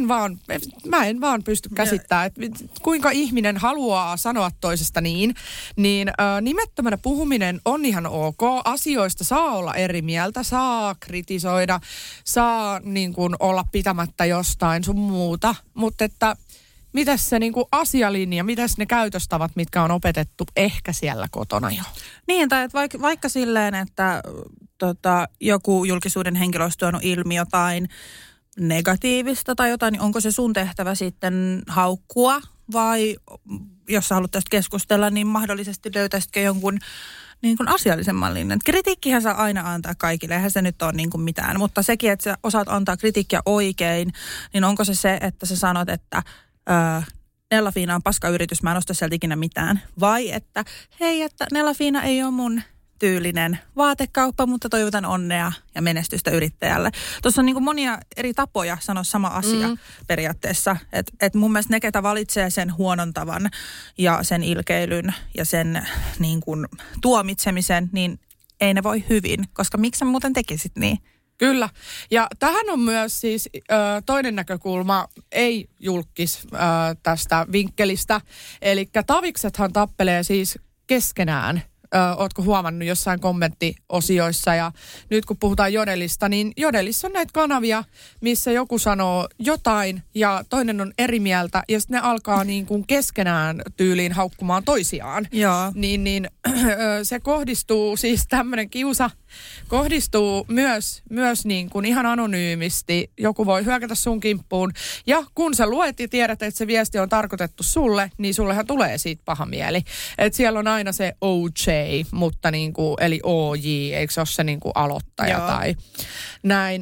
mä en vaan pysty käsittämään, että kuinka ihminen haluaa sanoa toisesta niin nimettömänä puhuminen on ihan ok. Asioista saa olla eri mieltä, saa kritisoida, saa niin kuin olla pitämättä jostain sun muuta, mutta että mitäs se niinku asialinja, mitäs ne käytöstavat, mitkä on opetettu ehkä siellä kotona jo? Niin, tai vaikka silleen, että joku julkisuuden henkilö olisi tuonut ilmi jotain negatiivista tai jotain, niin onko se sun tehtävä sitten haukkua vai jos sä haluat tästä keskustella, niin mahdollisesti löytäisitkö jonkun niin kuin asiallisemman linjan. Kritiikkihän saa aina antaa kaikille, eihän se nyt ole niin kuin mitään, mutta sekin, että sä osaat antaa kritiikkiä oikein, niin onko se, että sä sanot, että Nella-Fiina on paskayritys, mä en osta sieltä ikinä mitään. Vai että hei, että Nella-Fiina ei ole mun tyylinen vaatekauppa, mutta toivotan onnea ja menestystä yrittäjälle. Tuossa on niin kuin monia eri tapoja sanoa sama asia periaatteessa. Et mun mielestä ne, ketä valitsee sen huonon tavan ja sen ilkeilyn ja sen niin kuin tuomitsemisen, niin ei ne voi hyvin, koska miksi sä muuten tekisit niin? Kyllä. Ja tähän on myös siis toinen näkökulma, ei julkis tästä vinkkelistä. Eli taviksethan tappelee siis keskenään. Ootko huomannut jossain kommenttiosioissa ja nyt kun puhutaan Jodelista, niin Jodelissa on näitä kanavia, missä joku sanoo jotain ja toinen on eri mieltä ja sitten ne alkaa niin kuin keskenään tyyliin haukkumaan toisiaan. Joo. Niin se kohdistuu siis tämmöinen kiusa kohdistuu myös niin kuin ihan anonyymisti. Joku voi hyökätä sun kimppuun ja kun sä luet ja tiedät, että se viesti on tarkoitettu sulle, niin sullehan tulee siitä paha mieli. Että siellä on aina se OJ, mutta niin kuin, eli OJ, eikö se ole se niin kuin aloittaja Joo. tai näin,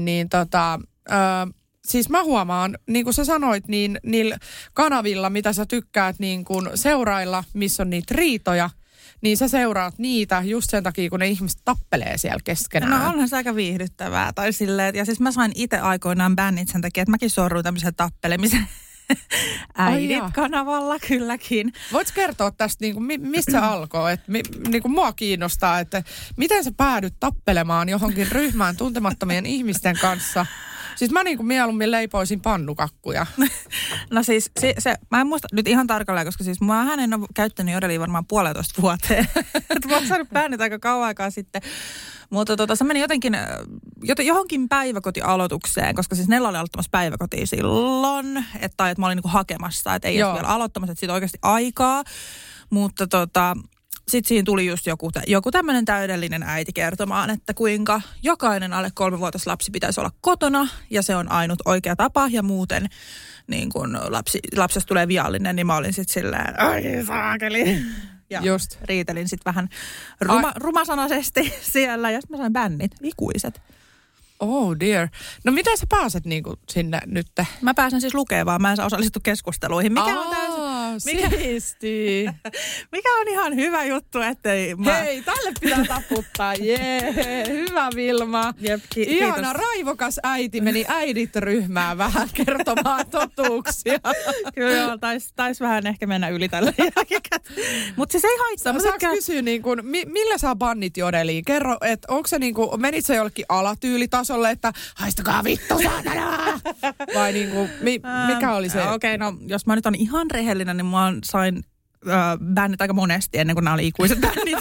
siis mä huomaan, niin kuin sä sanoit, niin niillä kanavilla, mitä sä tykkäät niin kuin seurailla, missä on niitä riitoja, niin sä seuraat niitä just sen takia, kun ne ihmiset tappelee siellä keskenään. No onhan se aika viihdyttävää. Tai silleen, ja siis mä sain itse aikoinaan bännit sen takia, että mäkin sorruin tämmöiseen tappelemisen äidit-kanavalla kylläkin. Voitko kertoa tästä, niin kuin, mistä se alkoi? Niin kuin mua kiinnostaa, että miten sä päädyt tappelemaan johonkin ryhmään tuntemattomien ihmisten kanssa? Siis mä niin kuin mieluummin leipoisin pannukakkuja. No siis mä en muista nyt ihan tarkalleen, koska siis mähän en ole käyttänyt Jodelia varmaan 1,5 vuoteen. Mä oon saanut bännit aika kauan aikaa sitten. Mutta se meni jotenkin johonkin päiväkotialoitukseen, koska siis Nella oli aloittamassa päiväkotia silloin, että mä olin niinku hakemassa, että ei ole vielä aloittamassa, että siitä oikeasti aikaa. Mutta sitten siinä tuli just joku tämmöinen täydellinen äiti kertomaan, että kuinka jokainen alle 3-vuotias lapsi pitäisi olla kotona ja se on ainut oikea tapa ja muuten niin kun lapsesta tulee viallinen, niin mä olin sitten silleen, ai saakeli. Ja just riitelin sitten vähän rumasanaisesti siellä ja sitten mä sain bännit, ikuiset. Oh dear. No miten sä pääset niinku sinne nyt? Mä pääsen siis lukemaan, mä en saa osallistua keskusteluihin, mikä on täysin. siistiä. Mikä on ihan hyvä juttu, ettei Hei, tälle pitää taputtaa. Jee, hyvä Vilma. Jep, ihana, raivokas äiti meni äidit-ryhmään vähän kertomaan totuuksia. Kyllä joo, taisi vähän ehkä mennä yli tällä Mutta siis ei haittaa. Saanko kysyä, niin kun, millä saa bannit jodeliin? Kerro, että onko se niin kuin, menit sä jollekin alatyylitasolle, että haistakaa vittu saatana! Vai niin kuin, mikä oli se? Okei, no jos mä nyt on ihan rehellinen, niin mä sain bännit aika monesti ennen kuin nämä oli ikuiset bännit.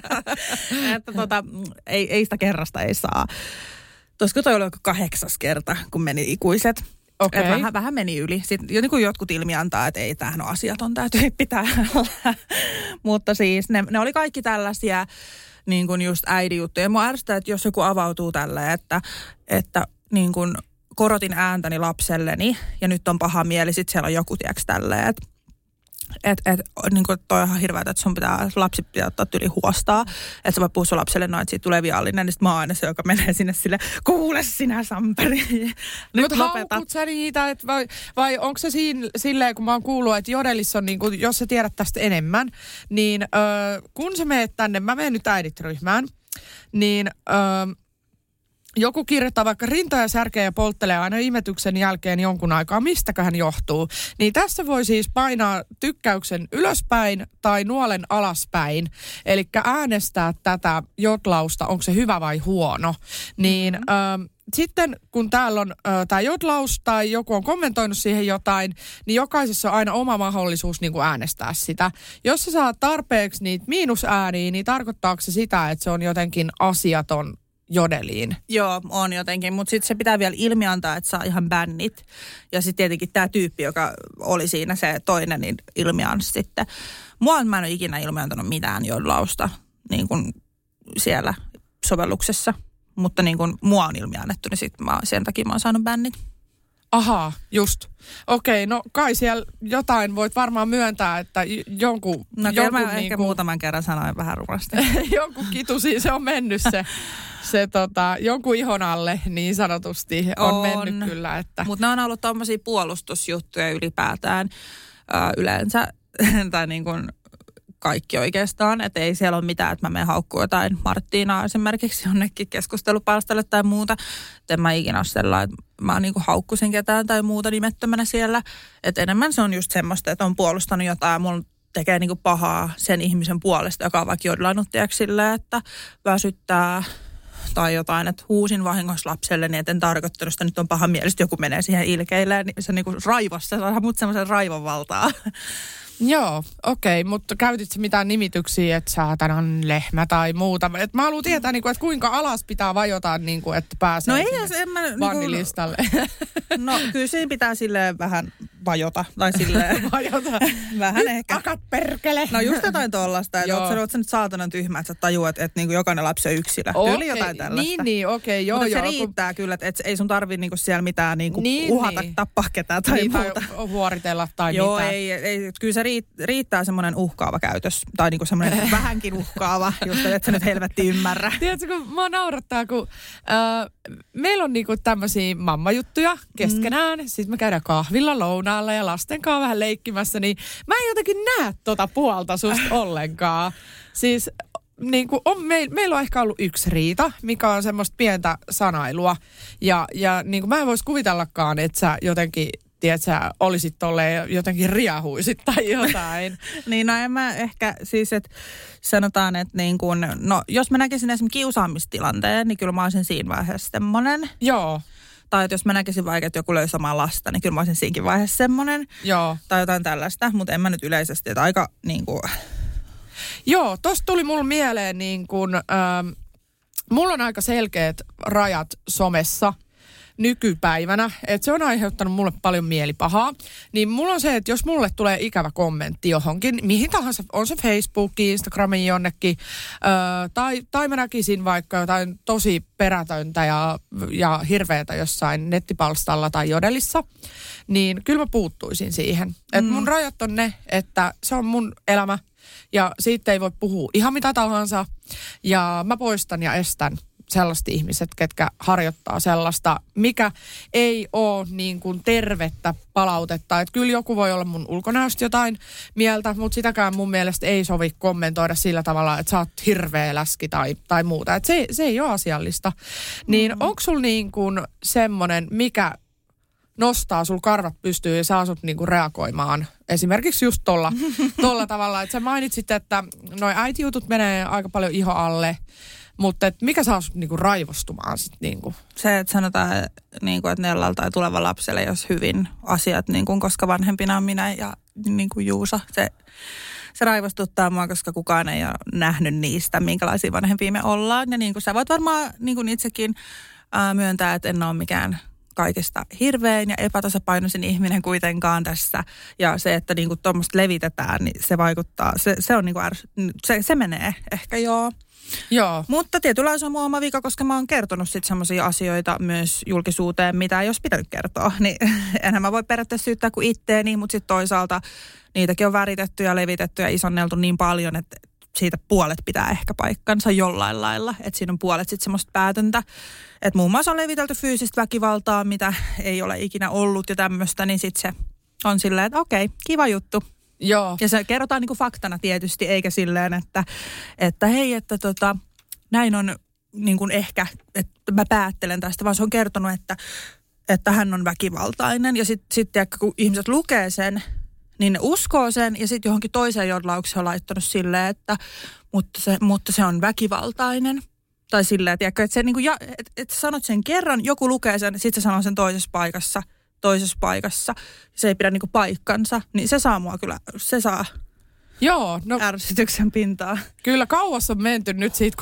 että ei sitä kerrasta ei saa. Tuossa toi oli 8. kerta, kun meni ikuiset. Okay. Vähän meni yli. Sitten jo niin kuin jotkut ilmi antaa, että ei, tämähän on asiaton, tämä tyyppi täällä. Mutta siis ne oli kaikki tällaisia niin kuin just äidijuttuja. Mua ärsyttää, että jos joku avautuu tälle, että niin kuin korotin ääntäni lapselleni ja nyt on paha mieli, sitten siellä on joku tieks tälleen, että niin kuin toi on ihan hirveätä, että lapsi pitää ottaa tyli huostaa. Että sä voi puhua sun lapselle noin, että siitä tulee viallinen, niin sit mä oon aina se, joka menee sinne sille, kuule sinä Samperi. Mutta haukut sä niitä, vai onko se silleen, kun mä oon kuullut, että jodelissa on, niin kuin, jos sä tiedät tästä enemmän, niin kun sä meet tänne, mä menen nyt äidit-ryhmään, niin joku kirjoittaa vaikka rintoja, särkeä ja polttelee aina imetyksen jälkeen jonkun aikaa. Mistäköhän johtuu? Niin tässä voi siis painaa tykkäyksen ylöspäin tai nuolen alaspäin. Eli äänestää tätä jotlausta, onko se hyvä vai huono. Niin sitten kun täällä on tämä jotlaus tai joku on kommentoinut siihen jotain, niin jokaisessa on aina oma mahdollisuus niin kuin äänestää sitä. Jos sä saat tarpeeksi niitä miinusääniä, niin tarkoittaako se sitä, että se on jotenkin asiaton jodeliin? Joo, on jotenkin, mutta sitten se pitää vielä ilmiantaa, että saa ihan bännit. Ja sitten tietenkin tämä tyyppi, joka oli siinä se toinen, niin ilmiansi sitten. Mä en ole ikinä ilmiantanut mitään jodlausta niin kuin siellä sovelluksessa, mutta niin kuin mua on ilmiannettu, niin sitten sen takia mä oon saanut bännit. Ahaa, just. Okei, no kai siellä jotain voit varmaan myöntää, että jonkun... No kyllä mä ehkä muutaman kerran sanoin vähän rumasti. Jonkun kitusi, se on mennyt se jonkun ihon alle niin sanotusti on mennyt kyllä. Että... Mutta ne on ollut tommosia puolustusjuttuja ylipäätään yleensä, tai niin kuin kaikki oikeastaan, että ei siellä ole mitään, että mä menen haukkuu jotain Marttiinaa esimerkiksi jonnekin keskustelupalstalle tai muuta. Et en mä ikinä ole sellainen, että mä niin kuin haukkusin ketään tai muuta nimettömänä siellä. Että enemmän se on just semmoista, että on puolustanut jotain ja mulla tekee niin kuin pahaa sen ihmisen puolesta, joka on vaikka jodlannut silleen, että väsyttää tai jotain, että huusin vahingossa lapselle, niin en tarkoittanut sitä, nyt on paha mielestä, joku menee siihen ilkeilleen, niin se niin kuin raivossa, se on mut semmoisen raivon valtaa. Joo, okei, mutta käytitkö mitään nimityksiä, että saatanan lehmä tai muuta? Et mä haluan tietää, että kuinka alas pitää vajota, että pääsee bannilistalle. No kyllä siinä pitää silleen vähän vajota, tai silleen vajota. Vähän ehkä. Akat perkele. No just jotain tollasta, että oot sä nyt saatanan tyhmä, että sä tajuat, että niinku jokainen lapsi on yksilö. Tyyli jotain tällaista. Niin, okei, joo. Mutta se riittää kyllä, että ei sun tarvii niinku siellä mitään niinku uhata, tappaa ketään tai muuta. Tai huoritella tai joo, mitään. Ei, kyllä se riittää semmoinen uhkaava käytös, tai niinku semmoinen vähänkin uhkaava, just että sä nyt helvetti ymmärrä. Tiedätkö, kun mua naurattaa, kun meillä on niinku tämmöisiä mammajuttuja keskenään, sitten me käydään kahvilla, lounaalla ja lasten kanssa vähän leikkimässä, niin mä en jotenkin näe tota puolta susta ollenkaan. Siis niin kuin meillä on ehkä ollut yksi riita, mikä on semmoista pientä sanailua, ja niin kuin mä en voisi kuvitellakaan, että sä jotenkin tiedät, sä olisit tolleen jotenkin riahuisit tai jotain. Niin, no en mä ehkä siis, että sanotaan, että niin kun, no jos mä näkisin esimerkiksi kiusaamistilanteen, niin kyllä mä olisin siinä vaiheessa semmoinen. Joo. Tai että jos mä näkisin vaikka, että joku löysi samaa lasta, niin kyllä mä olisin siinäkin vaiheessa semmoinen. Joo. Tai jotain tällaista, mutta en mä nyt yleisesti, että aika niin kuin... Joo, tosta tuli mulle mieleen niin kuin, mulla on aika selkeät rajat somessa nykypäivänä, että se on aiheuttanut mulle paljon mielipahaa. Niin mulla on se, että jos mulle tulee ikävä kommentti johonkin, mihin tahansa, on se Facebookiin, Instagramiin jonnekin, tai mä näkisin vaikka jotain tosi perätöntä ja hirveätä jossain nettipalstalla tai jodelissa, niin kyllä mä puuttuisin siihen. Että mun rajat on ne, että se on mun elämä ja siitä ei voi puhua ihan mitä tahansa ja mä poistan ja estän sellaiset ihmiset, ketkä harjoittaa sellaista, mikä ei ole niin kuin tervettä palautetta. Että kyllä joku voi olla mun ulkonäöstä jotain mieltä, mutta sitäkään mun mielestä ei sovi kommentoida sillä tavalla, että sä oot hirveä läski tai muuta. Että se ei ole asiallista. Niin onko sulla niin kuin semmoinen, mikä nostaa sul karvat pystyyn ja saa sut niinku reagoimaan esimerkiksi just tolla tavalla. Että sä mainitsit, että noi äitijutut menee aika paljon iho alle, mutta mikä saa sut niinku raivostumaan sit niinku? Se, että sanotaan, niinku, että Nellalla tai tuleva lapselle, jos hyvin asiat, niinku, koska vanhempina on minä ja niinku Juusa, se raivostuttaa mua, koska kukaan ei ole nähnyt niistä, minkälaisia vanhempia me ollaan. Ja niin kuin sä voit varmaan niin kuin itsekin myöntää, että en ole mikään kaikista hirvein ja epätasapainoisin ihminen kuitenkaan tässä. Ja se, että niinku tuommoista levitetään, niin se vaikuttaa, se on niinku se menee ehkä joo. Mutta tietyllä se on mun oma vika, koska mä oon kertonut sitten semmoisia asioita myös julkisuuteen, mitä ei olisi pitänyt kertoa. Niin enhän mä voi periaatteessa syyttää kuin itteeni, mutta sitten toisaalta niitäkin on väritetty ja levitetty ja isonneltu niin paljon, että siitä puolet pitää ehkä paikkansa jollain lailla. Että siinä on puolet sitten semmoista päätöntä. Että muun muassa on levitelty fyysistä väkivaltaa, mitä ei ole ikinä ollut ja tämmöistä, niin sitten se on silleen, että okei, kiva juttu. Joo. Ja se kerrotaan niinku faktana tietysti, eikä silleen, että hei, että näin on niin kuin ehkä, että mä päättelen tästä, vaan se on kertonut, että hän on väkivaltainen. Ja sitten kun ihmiset lukee sen, niin ne uskoo sen ja sitten johonkin toiseen jodlaukseen on laittanut silleen, että mutta se on väkivaltainen. Tai silleen, että se niin kuin, että sanot sen kerran, joku lukee sen, sitten se sanoo sen toisessa paikassa. Se ei pidä niin kuin paikkansa, niin se saa mua kyllä, se saa ärsytyksen pintaa. Kyllä kauas on menty nyt siitä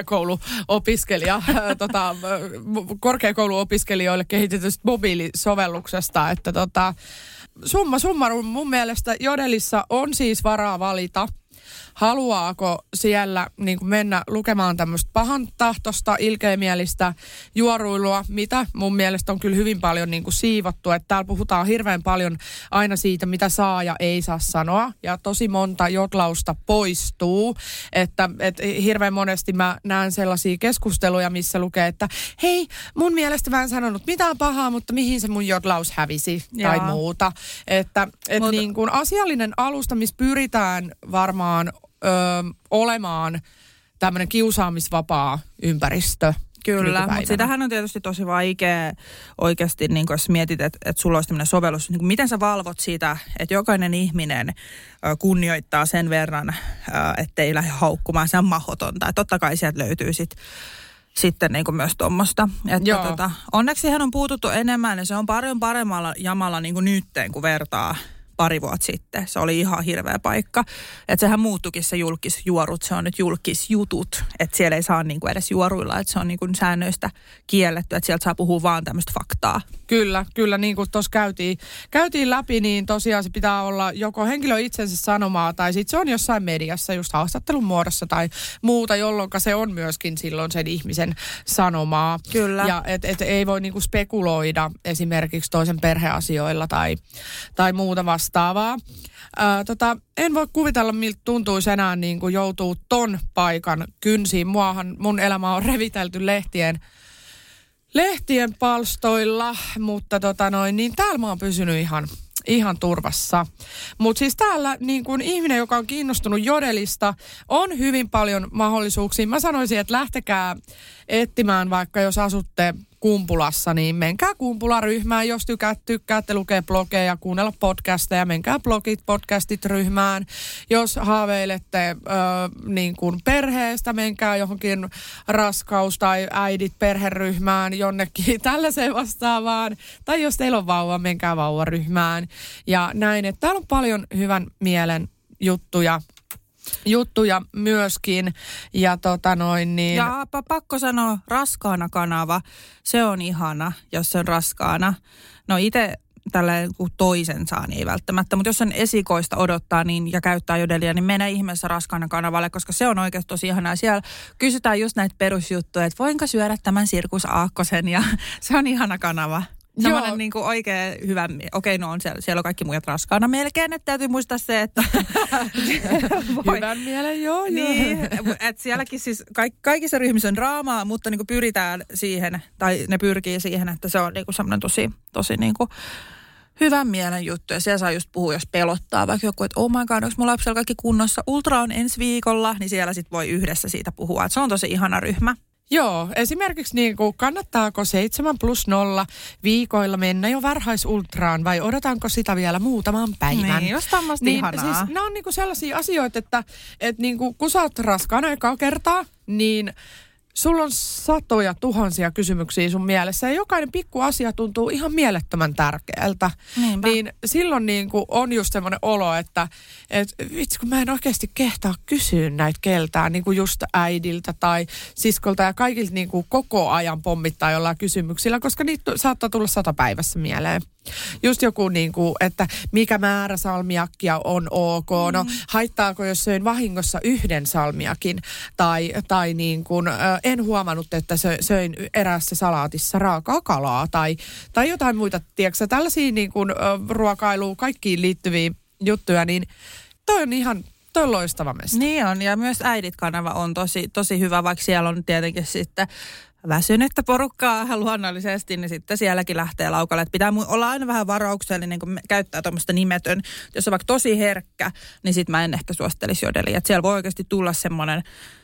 korkeakouluopiskelijoille kehitetystä mobiilisovelluksesta, että summa summarum mun mielestä Jodelissa on siis varaa valita, haluaako siellä niin kuin mennä lukemaan tämmöistä pahan tahtosta, ilkeämielistä juoruilua, mitä mun mielestä on kyllä hyvin paljon niin kuin siivottu. Että täällä puhutaan hirveän paljon aina siitä, mitä saa ja ei saa sanoa. Ja tosi monta jotlausta poistuu. Että hirveän monesti mä näen sellaisia keskusteluja, missä lukee, että hei, mun mielestä mä en sanonut mitään pahaa, mutta mihin se mun jotlaus hävisi tai muuta. Että niin kuin asiallinen alusta, missä pyritään varmaan olemaan tämmöinen kiusaamisvapaa ympäristö. Kyllä, mutta sitähän on tietysti tosi vaikea oikeasti, niin jos mietit, että sulla olisi tämmöinen sovellus, niin miten sä valvot sitä, että jokainen ihminen kunnioittaa sen verran, ettei lähde haukkumaan, se on mahdotonta. Totta kai sieltä löytyy sitten niin kuin myös tuommoista. Onneksi siihen on puututtu enemmän ja se on paljon paremmalla jamalla niin kuin nytten, kun vertaa pari vuotta sitten. Se oli ihan hirveä paikka. Että sehän muuttukin se julkisjuorut, se on nyt julkisjutut. Että siellä ei saa niinku edes juoruilla, että se on niinku säännöistä kielletty, että sieltä saa puhua vaan tämmöistä faktaa. Kyllä niin kuin tuossa käytiin läpi, niin tosiaan se pitää olla joko henkilö itsensä sanomaa tai sitten se on jossain mediassa just haastattelun muodossa tai muuta, jolloin se on myöskin silloin sen ihmisen sanomaa. Kyllä. Ja et ei voi niinku spekuloida esimerkiksi toisen perheasioilla tai muuta vastaavaa. En voi kuvitella, miltä tuntuisi enää niin kuin joutuu ton paikan kynsiin. Mun elämä on revitelty lehtien palstoilla, mutta niin täällä mä oon pysynyt ihan turvassa. Mutta siis täällä niin kun ihminen, joka on kiinnostunut Jodelista, on hyvin paljon mahdollisuuksia. Mä sanoisin, että lähtekää etsimään, vaikka jos asutte Kumpulassa, niin menkää Kumpula-ryhmään, jos tykkäätte lukea blogeja, kuunnella podcasteja, menkää podcastit-ryhmään. Jos haaveilette niin kuin perheestä, menkää johonkin raskaus- tai äidit-perheryhmään, jonnekin tällaiseen vastaavaan. Tai jos teillä on vauva, menkää vauvaryhmään. Ja näin, että täällä on paljon hyvän mielen juttuja myöskin. Ja Ja pakko sanoa, raskaana kanava, se on ihana, jos se on raskaana. No itse tälleen kun toisen saa, niin ei välttämättä. Mutta jos on esikoista odottaa ja käyttää Jodelia, niin mene ihmeessä raskaana kanavalle, koska se on oikeasti tosi ihanaa. Siellä kysytään just näitä perusjuttuja, että voinko syödä tämän sirkusaakkosen ja se on ihana kanava. Semmoinen niin kuin oikein hyvä, okei, no on siellä on kaikki muijat raskaana melkein, että täytyy muistaa se, että... Hyvän mielen, joo. Niin, että sielläkin siis kaikissa ryhmissä on draamaa, mutta niin kuin pyritään siihen, tai ne pyrkii siihen, että se on niin kuin semmoinen tosi niin kuin hyvän mielen juttu. Ja siellä saa just puhua, jos pelottaa vaikka joku, että oh my god, onko mun lapsella kaikki kunnossa? Ultra on ensi viikolla, niin siellä sit voi yhdessä siitä puhua. Että se on tosi ihana ryhmä. Joo, esimerkiksi niin kuin, kannattaako 7+0 viikoilla mennä jo varhaisultraan vai odotanko sitä vielä muutaman päivän? Niin, jos tämmöistä niin, ihanaa. Siis, nämä on niin kuin sellaisia asioita, että niin kuin, kun sä oot raskaana ekaa kertaa, niin sulla on satoja tuhansia kysymyksiä sun mielessä ja jokainen pikku asia tuntuu ihan mielettömän tärkeältä. Niinpä. Niin silloin niin kuin on just semmoinen olo, että vitsi kun mä en oikeasti kehtaa kysyä näitä keltään, niin kuin just äidiltä tai siskolta ja kaikilta niin kuin koko ajan pommittaa jollain kysymyksillä, koska niitä saattaa tulla 100 päivässä mieleen. Just joku niin kuin, että mikä määrä salmiakkia on ok, no haittaako jos söin vahingossa yhden salmiakin tai niin kuin, en huomannut, että söin eräässä salaatissa raakaa kalaa tai jotain muita, tiedätkö, tällaisia niin kuin ruokailuun kaikkiin liittyviä juttuja, niin toi on loistava mesta. Niin on, ja myös Äidit-kanava on tosi hyvä, vaikka siellä on tietenkin sitten väsynyttä porukkaa luonnollisesti, niin sitten sielläkin lähtee laukalle. Että pitää olla aina vähän varauksellinen, kun käyttää tuommoista nimetön. Jos on vaikka tosi herkkä, niin sitten mä en ehkä suosittelisi Jodelia. Että siellä voi oikeasti tulla semmoinen,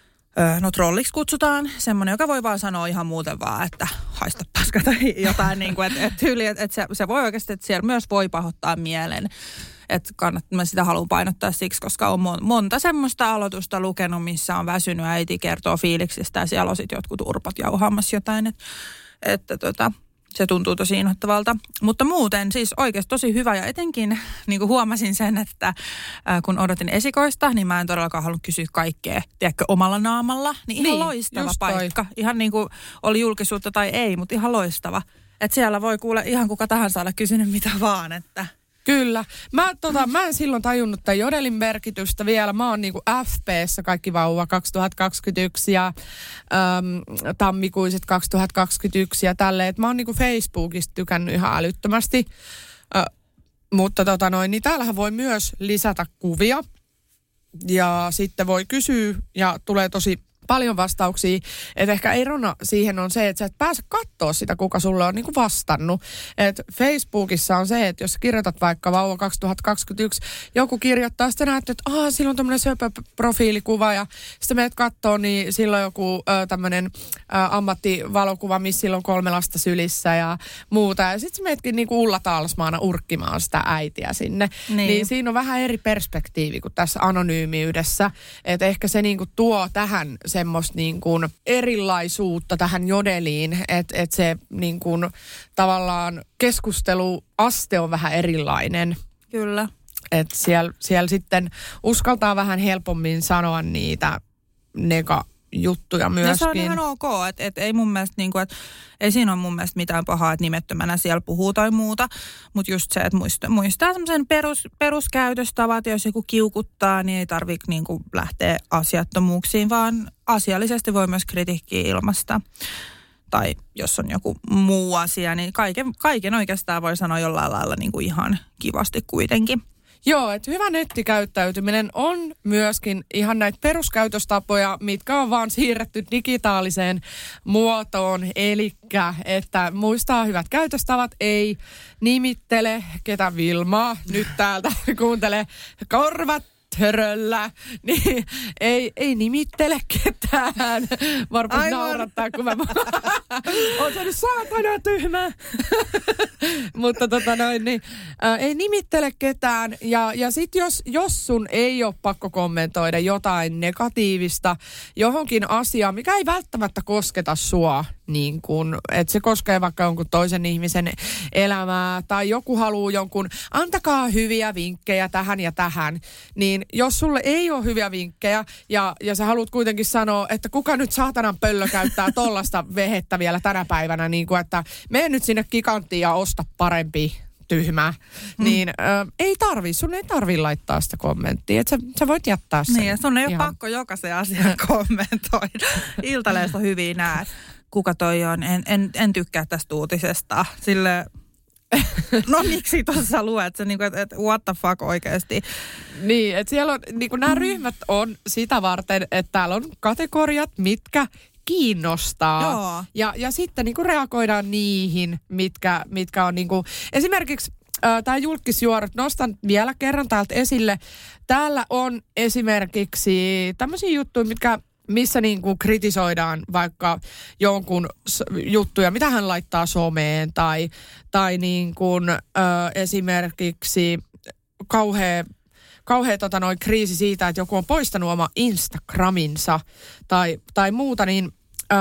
no trolliksi kutsutaan, semmoinen, joka voi vaan sanoa ihan muuten vaan, että haista paska tai jotain niin kuin, että se voi oikeasti, että siellä myös voi pahoittaa mielen. Että mä sitä haluan painottaa siksi, koska on monta semmoista aloitusta lukenut, missä on väsynyt äiti kertoo fiiliksistä ja siellä on sitten jotkut urpot jauhaamassa jotain. Että se tuntuu tosi inhottavalta. Mutta muuten siis oikeasti tosi hyvä ja etenkin niin kuin huomasin sen, että kun odotin esikoista, niin mä en todellakaan halunnut kysyä kaikkea, tiedätkö, omalla naamalla. Niin ihan loistava paikka. Ihan niin kuin oli julkisuutta tai ei, mutta ihan loistava. Että siellä voi kuule ihan kuka tahansa olla kysynyt mitä vaan, että... Kyllä. Mä en silloin tajunnut tämän Jodelin merkitystä vielä. Mä oon niinku FP:ssä kaikki vauva 2021 ja tammikuiset 2021 ja tälleen. Et mä oon niinku Facebookista tykännyt ihan älyttömästi. Mutta niin täällähän voi myös lisätä kuvia ja sitten voi kysyä ja tulee tosi paljon vastauksia. Että ehkä erona siihen on se, että sä et pääse katsoa sitä, kuka sulle on niinku vastannut. Et Facebookissa on se, että jos kirjoitat vaikka vauva 2021, joku kirjoittaa, sitten näet, että sillä on tämmöinen söpö profiilikuva ja sitten menet kattoo, niin sillä on joku tämmöinen ammattivalokuva, missä sillä on 3 lasta sylissä ja muuta. Ja sitten sä menetkin niinku Ulla Taalsmaana urkkimaan sitä äitiä sinne. Niin siinä on vähän eri perspektiivi kuin tässä anonyymiydessä. Että ehkä se niinku tuo tähän semmoista niin kuin erilaisuutta tähän Jodeliin, että se niin kuin tavallaan keskusteluaste on vähän erilainen. Kyllä. Että siellä sitten uskaltaa vähän helpommin sanoa niitä juttuja myöskin. Ja se on ihan ok, että ei mun mielestä niinku, että ei siinä ole mun mielestä mitään pahaa, että nimettömänä siellä puhuu tai muuta, mutta just se, että muistaa semmoisen peruskäytöstavat, jos joku kiukuttaa, niin ei tarvitse niinku lähteä asiattomuuksiin, vaan asiallisesti voi myös kritiikkiä ilmaista. Tai jos on joku muu asia, niin kaiken oikeastaan voi sanoa jollain lailla niinku ihan kivasti kuitenkin. Joo, että hyvä nettikäyttäytyminen on myöskin ihan näitä peruskäytöstapoja, mitkä on vaan siirretty digitaaliseen muotoon. Elikkä, että muistaa hyvät käytöstavat, ei nimittele ketä Vilmaa nyt täältä kuuntele korvat töröllä, niin ei nimittele ketään. Varmaan naurattaa, kun mä oon se nyt saatana tyhmä. Mutta ei nimittele ketään. Ja sit jos sun ei ole pakko kommentoida jotain negatiivista johonkin asiaan, mikä ei välttämättä kosketa sua, niin kun, että se koskee vaikka jonkun toisen ihmisen elämää, tai joku haluaa jonkun, antakaa hyviä vinkkejä tähän ja tähän, niin jos sulle ei ole hyviä vinkkejä, ja sä haluat kuitenkin sanoa, että kuka nyt saatanan pöllö käyttää tollasta vehettä vielä tänä päivänä, niin kuin, että mene nyt sinne Giganttiin ja osta parempi tyhmää, niin sun ei tarvi laittaa sitä kommenttia, että sä voit jättää sen. Niin, ja sun ei ole pakko jokaisen asian kommentoida. Iltaleessa hyviä näet. Kuka toi on, en tykkää tästä uutisesta. Sille No miksi tuossa luet se, niinku, että what the fuck oikeasti? Niin, että siellä on, niinku nämä ryhmät on sitä varten, että täällä on kategoriat, mitkä kiinnostaa. Joo. Ja sitten niinku reagoidaan niihin, mitkä on niinku, esimerkiksi tämä julkisjuorut, nostan vielä kerran täältä esille. Täällä on esimerkiksi tämmöisiä juttuja, missä niinku kritisoidaan vaikka jonkun juttuja, mitä hän laittaa someen, tai niinku, esimerkiksi kauhea kriisi siitä, että joku on poistanut oma Instagraminsa tai muuta, niin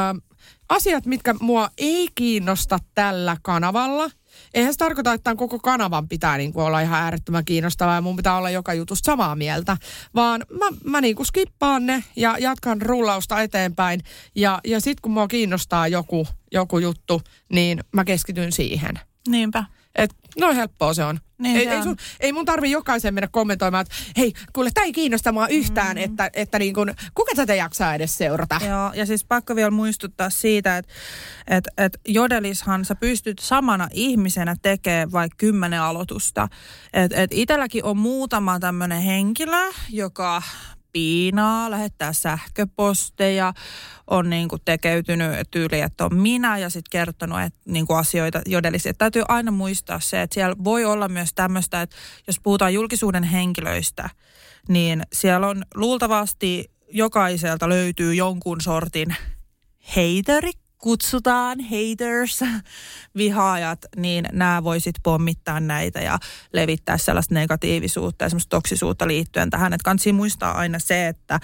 asiat, mitkä mua ei kiinnosta tällä kanavalla. Eihän se tarkoita, että tämän koko kanavan pitää niinku olla ihan äärettömän kiinnostavaa ja mun pitää olla joka jutusta samaa mieltä, vaan mä niinku skippaan ne ja jatkan rullausta eteenpäin ja sit kun mua kiinnostaa joku juttu, niin mä keskityn siihen. Niinpä. No helppoa se on. Niin Ei mun tarvi jokaisen mennä kommentoimaan, että hei, kuule, tää ei kiinnosta mua yhtään, että niin kun, kuka tätä jaksaa edes seurata? Joo, ja siis pakko vielä muistuttaa siitä, että Jodelishan sä pystyt samana ihmisenä tekemään vaikka 10 aloitusta. Että itselläkin on muutama tämmöinen henkilö, joka piinaa, lähettää sähköposteja, on niinku tekeytynyt tyyliin, että on minä ja sitten kertonut niinku asioita Jodelissa. Täytyy aina muistaa se, että siellä voi olla myös tämmöistä, että jos puhutaan julkisuuden henkilöistä, niin siellä on luultavasti jokaiselta löytyy jonkun sortin hateri, kutsutaan haters, vihaajat, niin nämä voisit pommittaa näitä ja levittää sellaista negatiivisuutta ja semmoista toksisuutta liittyen tähän. Että kannattaa muistaa aina se, että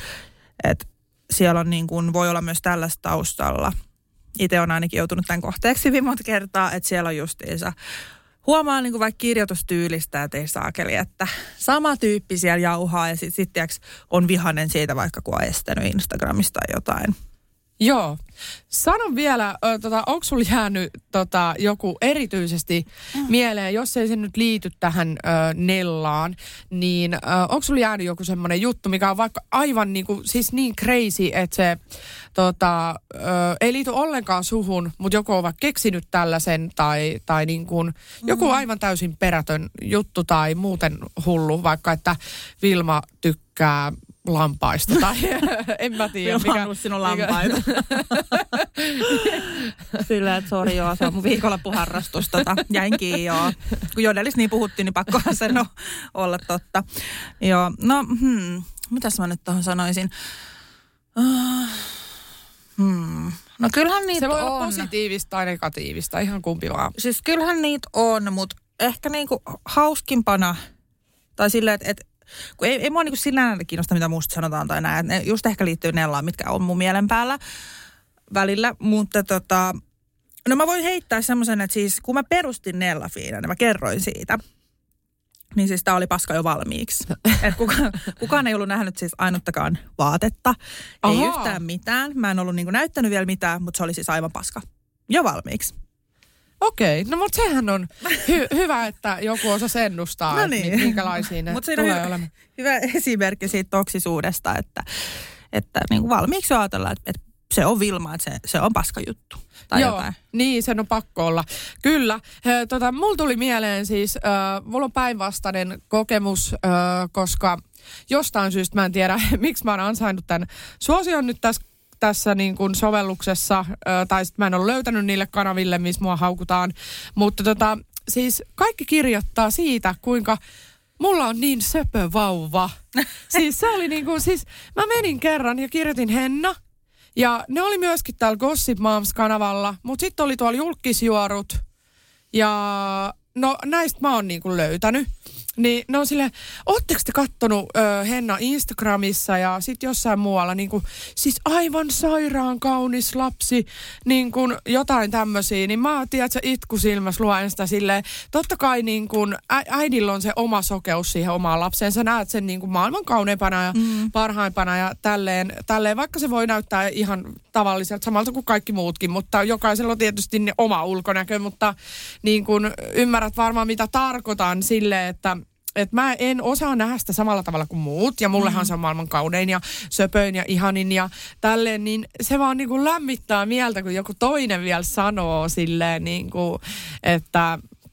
siellä on niin kuin, voi olla myös tällaista taustalla. Itse olen ainakin joutunut tämän kohteeksi hyvin monta kertaa, että siellä on justiinsa. Huomaa niin kuin vaikka kirjoitustyylistä, että ei saakeli, että sama tyyppi siellä jauhaa ja sitten on vihainen siitä vaikka kun on estänyt Instagramista jotain. Joo. Sano vielä, onko sulla jäänyt joku erityisesti mieleen, jos ei se nyt liity tähän Nellaan, niin onko sulla jäänyt joku semmoinen juttu, mikä on vaikka aivan niinku, siis niin crazy, että se ei liity ollenkaan suhun, mutta joku on vaikka keksinyt tällaisen tai niin kuin, joku aivan täysin perätön juttu tai muuten hullu, vaikka että Vilma tykkää lampaista tai en mä tiedä. Mä oon sinun lampaita. Silleen, että sori joo, se on mun viikonloppuharrastus. Jäin kiinni joo. Kun Jodelis niin puhuttiin, niin pakkohan sen olla totta. Joo, no mitäs mä nyt tuohon sanoisin? No kyllähän niitä on. Se voi olla positiivista tai negatiivista, ihan kumpi vaan. Siis kyllähän niitä on, mutta ehkä niinku hauskimpana, tai silleen, että kun ei mua niinku sillä kiinnosta, mitä musta sanotaan tai näin. Ne just ehkä liittyy Nellaan, mitkä on mun mielen päällä välillä. Mutta no mä voin heittää semmoisen, että siis kun mä perustin Nella-fiinan ja mä kerroin siitä, niin siis tää oli paska jo valmiiksi. Että kukaan ei ollut nähnyt siis ainuttakaan vaatetta. Ei yhtään mitään. Mä en ollut niinku näyttänyt vielä mitään, mutta se oli siis aivan paska. Jo valmiiksi. Okei, no mutta sehän on hyvä, että joku osasi ennustaa, no niin. minkälaisia ne tulee olemaan. Hyvä esimerkki siitä toksisuudesta, että niin kuin valmiiksi ajatellaan, että se on Vilma, että se on paska juttu. Tai joo, jotain. Niin, sen on pakko olla. Kyllä. Mulla tuli mieleen siis, mulla on päinvastainen kokemus, koska jostain syystä mä en tiedä, miksi mä oon ansainnut tämän suosion nyt tässä niin kuin sovelluksessa, tai sitten mä en ole löytänyt niille kanaville, missä mua haukutaan. Mutta siis kaikki kirjoittaa siitä, kuinka mulla on niin söpö vauva. Siis se oli niin kuin, siis mä menin kerran ja kirjoitin Henna. Ja ne oli myöskin täällä Gossip Moms-kanavalla, mutta sitten oli tuolla julkisjuorut. Ja no näistä mä oon niin kuin löytänyt. Niin ne on silleen, ootteko te kattonut Henna Instagramissa ja sitten jossain muualla niin kuin, siis aivan sairaan kaunis lapsi, niin kuin jotain tämmöisiä. Niin mä tiedän, että se itku silmässä luen sitä silleen, totta kai niin kuin äidillä on se oma sokeus siihen omaan lapseen. Sä näet sen niin kuin maailman kauneimpana ja parhaimpana ja tälleen, vaikka se voi näyttää ihan tavalliselta samalta kuin kaikki muutkin, mutta jokaisella on tietysti oma ulkonäkö, mutta niin kuin ymmärrät varmaan mitä tarkoitan silleen, että mä en osaa nähdä sitä samalla tavalla kuin muut, ja mullehan se on maailman kaunein ja söpöin ja ihanin ja tälleen, niin se vaan niin kuin lämmittää mieltä, kun joku toinen vielä sanoo silleen, niin kuin, että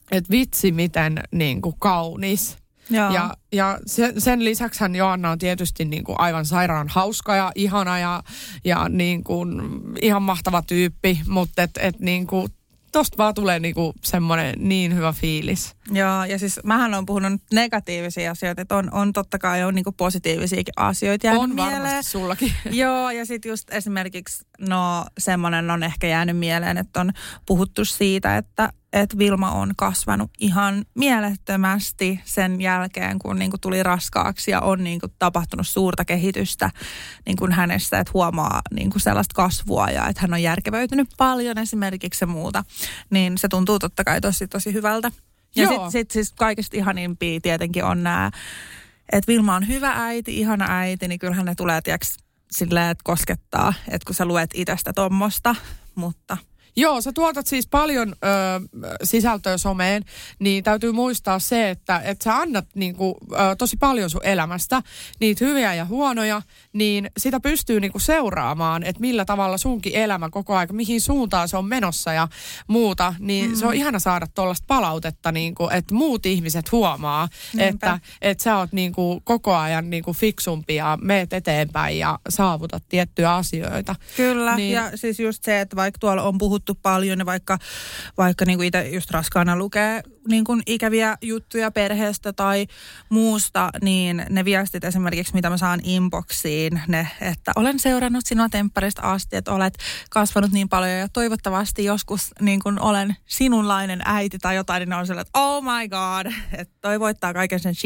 että vitsi miten niin kuin kaunis. Joo. Ja sen lisäksihän Joanna on tietysti niin kuin aivan sairaan hauska ja ihana ja niin kuin ihan mahtava tyyppi, mutta et niin kuin tosta vaan tulee niinku semmoinen niin hyvä fiilis. Joo, ja siis mähän on puhunut negatiivisia asioita, että on totta kai on niinku positiivisiakin asioita jäänyt on mieleen. varmasti sullakin. Joo, ja sitten just esimerkiksi, semmoinen on ehkä jäänyt mieleen, että on puhuttu siitä, että Vilma on kasvanut ihan mielettömästi sen jälkeen, kun niinku tuli raskaaksi ja on niinku tapahtunut suurta kehitystä niinku hänessä, että huomaa niinku sellaista kasvua ja että hän on järkevöitynyt paljon esimerkiksi ja muuta. Niin se tuntuu totta kai tosi hyvältä. Ja sitten siis kaikista ihanimpia tietenkin on nämä, että Vilma on hyvä äiti, ihana äiti, niin kyllähän ne tulee silleen, että koskettaa, että kun sä luet itsestä tommosta, mutta... Joo, sä tuotat siis paljon sisältöä someen, niin täytyy muistaa se, että sä annat niinku, tosi paljon sun elämästä, niitä hyviä ja huonoja, niin sitä pystyy niinku seuraamaan, että millä tavalla sunkin elämä koko ajan, mihin suuntaan se on menossa ja muuta, niin se on ihana saada tuollaista palautetta, niinku, että muut ihmiset huomaa, että sä oot niinku koko ajan niinku fiksumpi ja meet eteenpäin ja saavutat tiettyjä asioita. Kyllä, niin, ja siis just se, että vaikka tuolla on puhuttu paljon ja vaikka niin kuin itse just raskaana lukee niin kuin ikäviä juttuja perheestä tai muusta, niin ne viestit esimerkiksi, mitä mä saan inboxiin, että olen seurannut sinua tempparista asti, että olet kasvanut niin paljon ja toivottavasti joskus niin kuin olen sinunlainen äiti tai jotain, niin ne on sellainen, että oh my god, että toi voittaa kaiken sen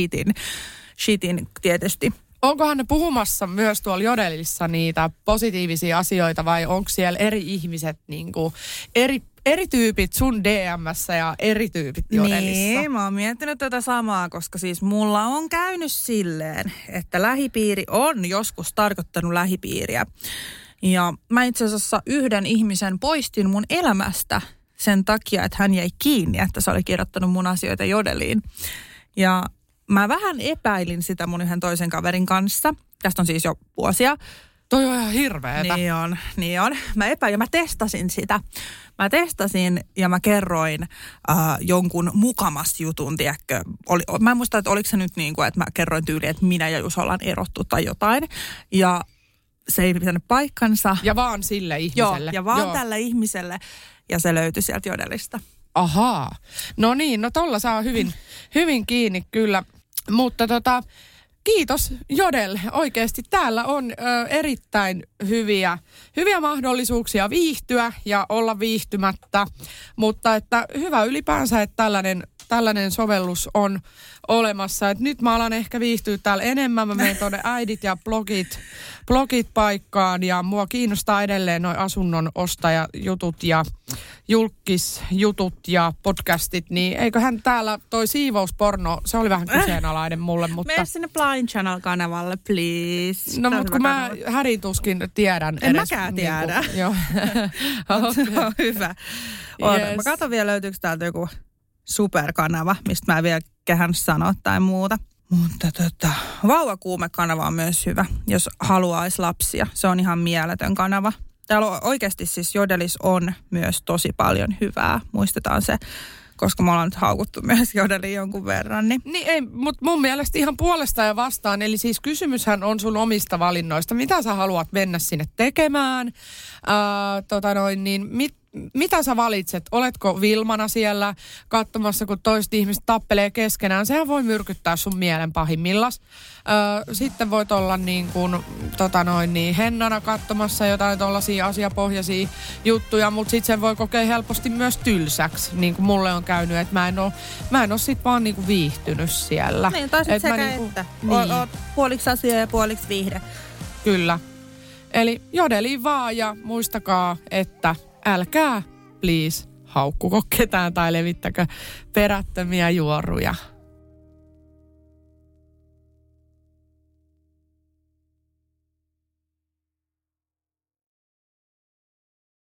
shitin tietysti. Onkohan ne puhumassa myös tuolla Jodelissa niitä positiivisia asioita vai onko siellä eri ihmiset, niin kuin, eri tyypit sun DM:ssä ja eri tyypit Jodelissa? Niin, mä oon miettinyt tätä samaa, koska siis mulla on käynyt silleen, että lähipiiri on joskus tarkoittanut lähipiiriä. Ja mä itse asiassa yhden ihmisen poistin mun elämästä sen takia, että hän jäi kiinni, että se oli kirjoittanut mun asioita Jodeliin. Ja mä vähän epäilin sitä mun yhden toisen kaverin kanssa. Tästä on siis jo vuosia. Toi on ihan hirveetä. Niin on. Mä testasin sitä. Ja mä kerroin jonkun mukamas jutun, tiedätkö. Mä en muista, että oliko se nyt niin kuin, että mä kerroin tyyliin, että minä ja Juso ollaan erottu tai jotain. Ja se ei pitänyt paikkansa. Ja vaan sille ihmiselle. Joo, ja vaan tälle ihmiselle. Ja se löytyi sieltä Jodelista. Ahaa. No niin, tolla saa hyvin kiinni kyllä. Mutta kiitos Jodel. Oikeasti täällä on erittäin hyviä mahdollisuuksia viihtyä ja olla viihtymättä. Mutta että hyvä ylipäänsä, että tällainen sovellus on olemassa. Et nyt mä alan ehkä viihtyä täällä enemmän. Mä menen tuonne äidit ja blogit paikkaan ja mua kiinnostaa edelleen noi asunnon ostajajutut ja julkisjutut ja podcastit. Niin eiköhän täällä toi siivousporno, se oli vähän kyseenalainen mulle. Mutta... Mene sinne Blind Channel-kanavalle, please. No mutta kun mä härituskin tiedän. En mäkään tiedä. Niin joo. Se on hyvä. Yes. Mä katson vielä, löytyykö täältä joku superkanava, mistä mä en vielä kehännyt sanoa tai muuta. Mutta vauvakuumekanava on myös hyvä, jos haluaisi lapsia. Se on ihan mieletön kanava. Täällä on oikeasti siis Jodelis on myös tosi paljon hyvää. Muistetaan se, koska me ollaan nyt haukuttu myös Jodeliin jonkun verran. Niin ei, mutta mun mielestä ihan puolesta ja vastaan. Eli siis kysymyshän on sun omista valinnoista. Mitä sä haluat mennä sinne tekemään? Mitä sä valitset? Oletko Vilmana siellä katsomassa, kun toiset ihmiset tappelee keskenään? Sehän voi myrkyttää sun mielen pahimmillas. Sitten voit olla niin kuin, Hennana katsomassa jotain tollaisia asiapohjaisia juttuja, mutta sitten sen voi kokea helposti myös tylsäksi, niin kuin mulle on käynyt, että mä en oo sit vaan niin kuin viihtynyt siellä. Niin, tai sit sekä niin kuin, että. Niin. Oot puoliksi asia ja puoliksi viihde. Kyllä. Eli Jodeliin vaan ja muistakaa, että älkää, please, haukkuko ketään tai levittäkö perättömiä juoruja.